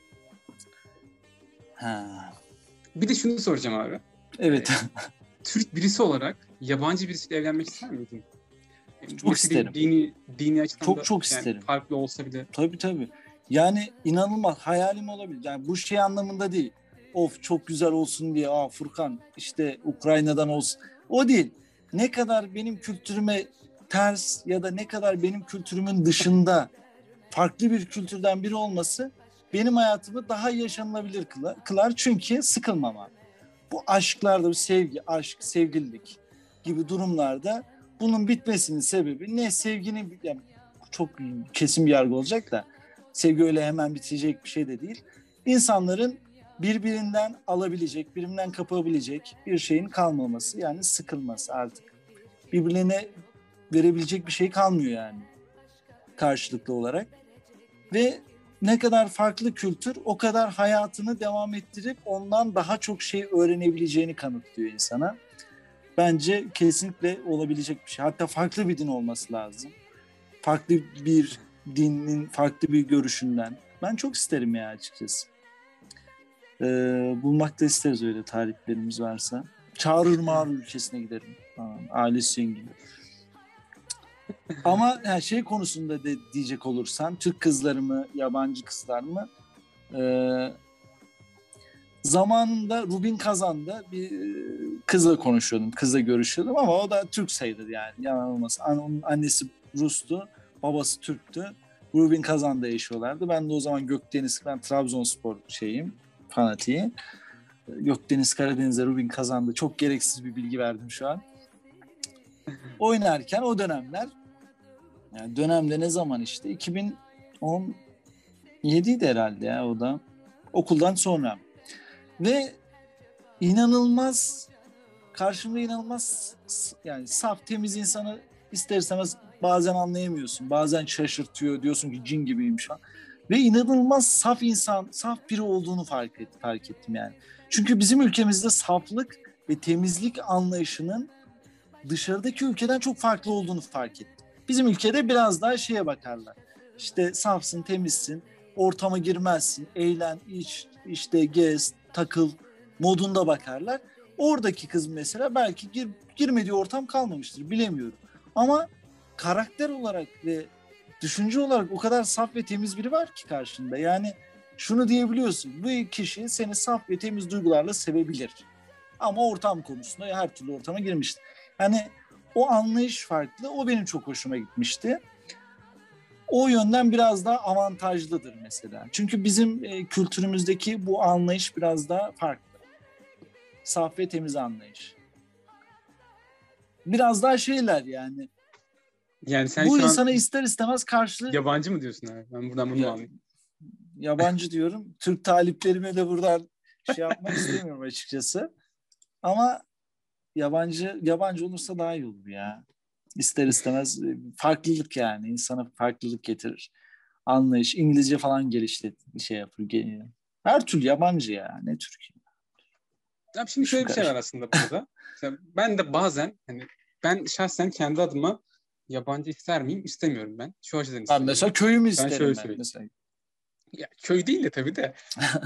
Ha. Bir de şunu soracağım abi. Evet. Ee, Türk birisi olarak yabancı birisiyle evlenmek ister miydin? Çok Nesi isterim. bir dini, dini açıdan Çok da çok yani isterim. farklı olsa bile. Tabii tabii. Yani inanılmaz hayalim olabilir. Yani bu şey anlamında değil. Of çok güzel olsun diye. Aa Furkan işte Ukrayna'dan olsun. O değil. Ne kadar benim kültürüme ters ya da ne kadar benim kültürümün dışında farklı bir kültürden biri olması benim hayatımı daha yaşanılabilir kılar. Çünkü sıkılmam abi. Bu aşklarda, bu sevgi, aşk, sevgililik gibi durumlarda bunun bitmesinin sebebi ne? Sevginin, yani çok kesin bir yargı olacak da sevgi öyle hemen bitecek bir şey de değil. İnsanların birbirinden alabilecek, birbirinden kapabilecek bir şeyin kalmaması, yani sıkılması artık. Birbirine verebilecek bir şey kalmıyor yani karşılıklı olarak. Ve ne kadar farklı kültür o kadar hayatını devam ettirip ondan daha çok şey öğrenebileceğini kanıtlıyor insana. Bence kesinlikle olabilecek bir şey. Hatta farklı bir din olması lazım. Farklı bir dinin farklı bir görüşünden. Ben çok isterim ya açıkçası. Ee, bulmak da isteriz öyle taliplerimiz varsa. Çağrı Mağrur ülkesine giderim. Tamam, ailesi zengin. Ama yani şey konusunda de diyecek olursan Türk kızları mı, yabancı kızlar mı? Ee, zamanında Rubin Kazan'da bir kızla konuşuyordum, kızla görüşüyordum ama o da Türk sayılır yani. Yalan olmasın. Onun annesi Rus'tu, babası Türk'tü. Rubin Kazan'da yaşıyorlardı. Ben de o zaman Gökdeniz, ben Trabzonspor şeyim, fanatiği. Gökdeniz Karadeniz'e Rubin Kazan'da çok gereksiz bir bilgi verdim şu an. Oynarken o dönemler, yani dönemde ne zaman işte iki bin on yediydi herhalde ya o da. Okuldan sonra. Ve inanılmaz karşımda inanılmaz yani saf temiz insanı ister istemez bazen anlayamıyorsun. Bazen şaşırtıyor. Diyorsun ki cin gibiymiş falan. Ve inanılmaz saf insan, saf biri olduğunu fark, et, fark ettim yani. Çünkü bizim ülkemizde saflık ve temizlik anlayışının dışarıdaki ülkeden çok farklı olduğunu fark ettim. Bizim ülkede biraz daha şeye bakarlar. İşte safsın, temizsin, ortama girmezsin, eğlen, iç, işte gez, takıl modunda bakarlar. Oradaki kız mesela belki gir, girmediği ortam kalmamıştır, bilemiyorum. Ama karakter olarak ve düşünce olarak o kadar saf ve temiz biri var ki karşında. Yani şunu diyebiliyorsun, bu kişi seni saf ve temiz duygularla sevebilir. Ama ortam konusunda her türlü ortama girmiştir. Yani o anlayış farklı, o benim çok hoşuma gitmişti. O yönden biraz daha avantajlıdır mesela. Çünkü bizim e, kültürümüzdeki bu anlayış biraz daha farklı. Saf ve temiz anlayış. Biraz daha şeyler yani. Yani sen Bu şu an insana ister istemez karşı... yabancı mı diyorsun abi? Ben buradan bunu ya, alayım. Yabancı diyorum. Türk taliplerime de buradan şey yapmak istemiyorum açıkçası. Ama yabancı yabancı olursa daha iyi olur ya. İster istemez farklılık yani. İnsana farklılık getirir. Anlayış. İngilizce falan geliştir, şey yapır. Geliyor. Her türlü yabancı ya. Ne Türkiye. Abi şimdi şöyle Şu bir şey var karşı. aslında burada. Mesela ben de bazen hani ben şahsen kendi adıma yabancı ister miyim? İstemiyorum ben. Şu açıdan Ben istemiyorum. mesela köyümü Ben şöyle isterim ben söyleyeyim. mesela. Ya, köy değil de tabii de.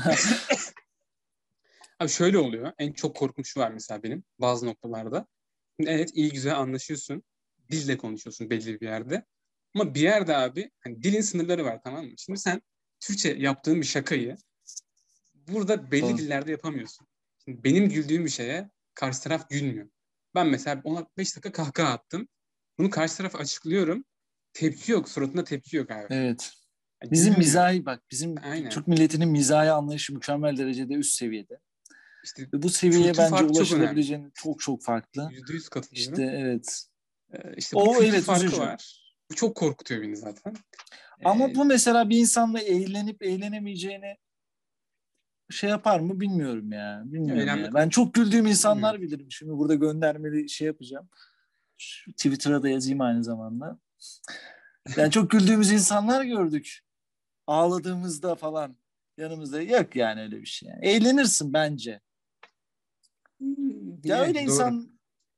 Abi şöyle oluyor. En çok korkum şu var mesela benim bazı noktalarda. Şimdi evet iyi güzel anlaşıyorsun. Dille konuşuyorsun belli bir yerde. Ama bir yerde abi hani dilin sınırları var, tamam mı? Şimdi sen Türkçe yaptığın bir şakayı burada belli Doğru. dillerde yapamıyorsun. Şimdi benim güldüğüm bir şeye karşı taraf gülmüyor. Ben mesela ona beş dakika kahkaha attım. Bunu karşı tarafa açıklıyorum. Tepki yok. Suratında tepki yok abi. Evet. Yani Bizim gülmüyor. mizahi bak bizim Aynen. Türk milletinin mizahi anlayışı mükemmel derecede üst seviyede. İşte Ve bu seviyeye kültür bence farkı çok önemli. ulaşılabileceğini çok çok farklı. Yüzde yüz İşte katılıyorum. evet. Ee, işte bu O kültür evet farkı üzücü. var. Bu çok korkutuyor beni zaten. Ama Ee, bu mesela bir insanla eğlenip eğlenemeyeceğini şey yapar mı bilmiyorum ya. ya Bilmiyorum eğlenme ya. Ben konu çok güldüğüm bilmiyorum. insanlar bilirim. Şimdi burada göndermeli şey yapacağım. Şu Twitter'a da yazayım aynı zamanda. Yani çok güldüğümüz insanlar gördük. Ağladığımızda falan yanımızda yok yani öyle bir şey. Yani. Eğlenirsin bence. Hmm, Ya öyle Yani doğru. insan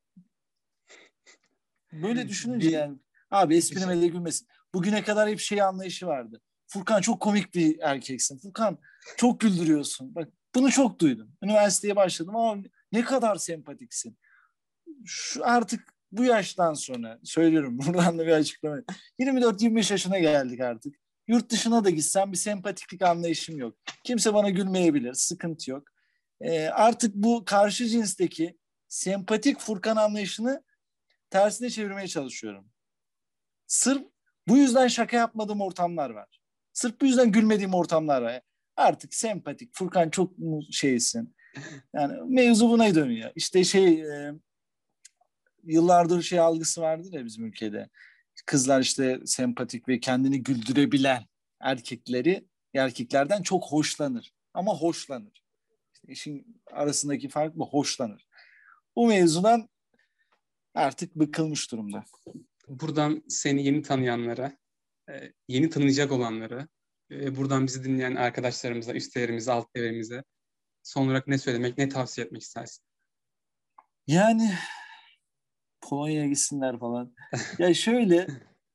böyle düşününce Bir, yani abi bir şey. esprime de gülmesin. Bugüne kadar hep şey anlayışı vardı. Furkan çok komik bir erkeksin. Furkan çok güldürüyorsun. Bak bunu çok duydum. Üniversiteye başladım ama ne kadar sempatiksin. Şu artık bu yaştan sonra söylüyorum buradan da bir açıklama. yirmi dört yirmi beş yaşına geldik artık. Yurt dışına da gitsem bir sempatiklik anlayışım yok. Kimse bana gülmeyebilir, sıkıntı yok. Ee, artık bu karşı cinsteki sempatik Furkan anlayışını tersine çevirmeye çalışıyorum. Sırf bu yüzden şaka yapmadığım ortamlar var. Sırf bu yüzden gülmediğim ortamlar var. Artık sempatik Furkan çok mu şeysin. Yani mevzu buna dönüyor. İşte şey e, yıllardır şey algısı vardır ya bizim ülkede. Kızlar işte sempatik ve kendini güldürebilen erkekleri erkeklerden çok hoşlanır. Ama hoşlanır. İşte işin arasındaki fark bu, hoşlanır. Bu mevzudan artık bıkılmış durumda. Buradan seni yeni tanıyanlara, e, yeni tanıyacak olanlara, e, buradan bizi dinleyen arkadaşlarımıza, üstlerimize, altlarımıza son olarak ne söylemek, ne tavsiye etmek istersin? Yani Polonya'ya gitsinler falan. Ya şöyle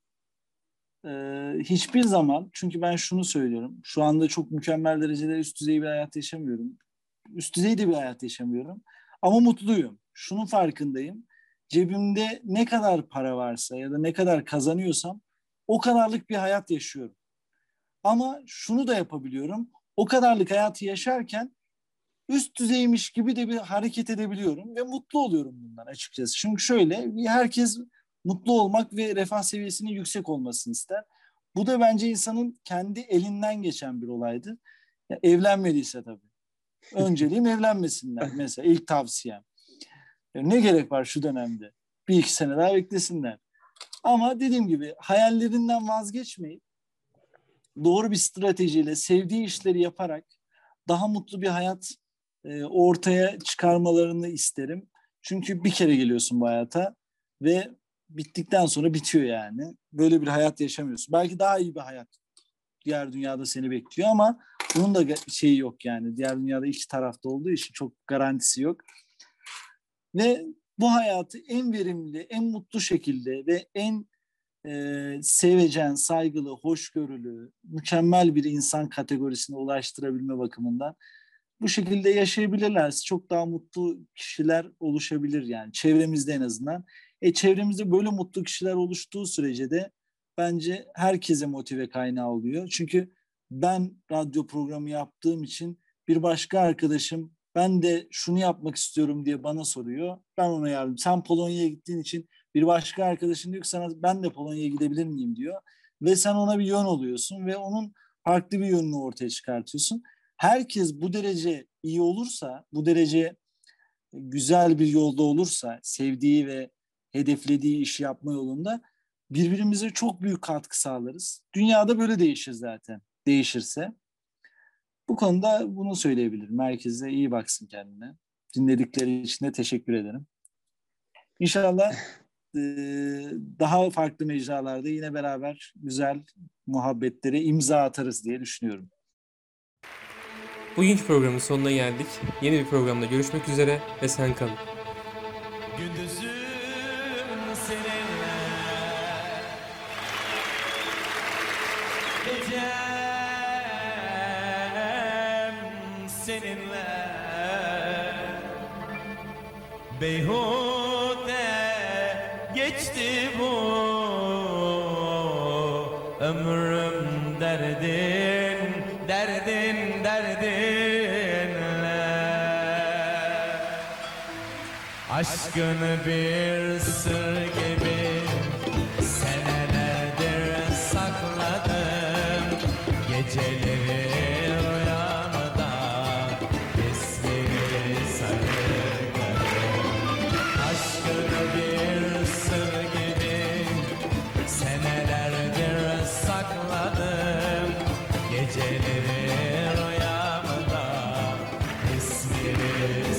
e, hiçbir zaman, çünkü ben şunu söylüyorum. Şu anda çok mükemmel derecede üst düzey bir hayat yaşamıyorum. Üst düzey de bir hayat yaşamıyorum. Ama mutluyum. Şunun farkındayım. Cebimde ne kadar para varsa ya da ne kadar kazanıyorsam o kadarlık bir hayat yaşıyorum. Ama şunu da yapabiliyorum. O kadarlık hayatı yaşarken üst düzeymiş gibi de bir hareket edebiliyorum ve mutlu oluyorum bundan açıkçası. Çünkü şöyle, herkes mutlu olmak ve refah seviyesinin yüksek olmasını ister. Bu da bence insanın kendi elinden geçen bir olaydı. Ya, evlenmediyse tabii. Önceliğim evlenmesinler. Mesela ilk tavsiyem. Ya ne gerek var şu dönemde? Bir iki sene daha beklesinler. Ama dediğim gibi hayallerinden vazgeçmeyip doğru bir stratejiyle sevdiği işleri yaparak daha mutlu bir hayat e, ortaya çıkarmalarını isterim. Çünkü bir kere geliyorsun bu hayata ve bittikten sonra bitiyor yani. Böyle bir hayat yaşamıyorsun. Belki daha iyi bir hayat diğer dünyada seni bekliyor ama bunun da şeyi yok yani. Diğer dünyada iki tarafta olduğu için çok garantisi yok. Ve bu hayatı en verimli, en mutlu şekilde ve en e, sevecen, saygılı, hoşgörülü, mükemmel bir insan kategorisine ulaştırabilme bakımından bu şekilde yaşayabilirlerse çok daha mutlu kişiler oluşabilir yani çevremizde en azından. E çevremizde böyle mutlu kişiler oluştuğu sürece de bence herkese motive kaynağı oluyor. Çünkü ben radyo programı yaptığım için bir başka arkadaşım ben de şunu yapmak istiyorum diye bana soruyor. Ben ona yardım. Sen Polonya'ya gittiğin için bir başka arkadaşın diyor ki sana ben de Polonya'ya gidebilir miyim diyor. Ve sen ona bir yön oluyorsun ve onun farklı bir yönünü ortaya çıkartıyorsun. Herkes bu derece iyi olursa, bu derece güzel bir yolda olursa, sevdiği ve hedeflediği işi yapma yolunda birbirimize çok büyük katkı sağlarız. Dünyada böyle değişir zaten, değişirse. Bu konuda bunu söyleyebilirim. Herkese iyi baksın kendine. Dinledikleri için de teşekkür ederim. İnşallah e, daha farklı mecralarda yine beraber güzel muhabbetlere imza atarız diye düşünüyorum. Bugünkü programın sonuna geldik. Yeni bir programda görüşmek üzere ve sen kalın. Gündüzüm seninle, gecem seninle, beyhude geçti bu ömrüm derdin, derdin, derdinle. Aşkını bir sır gibi senelerdir sakladım. Geceleri rüyamda ismini sarıkladım. Aşkını bir sır gibi senelerdir sakladım. Geceleri rüyamda ismini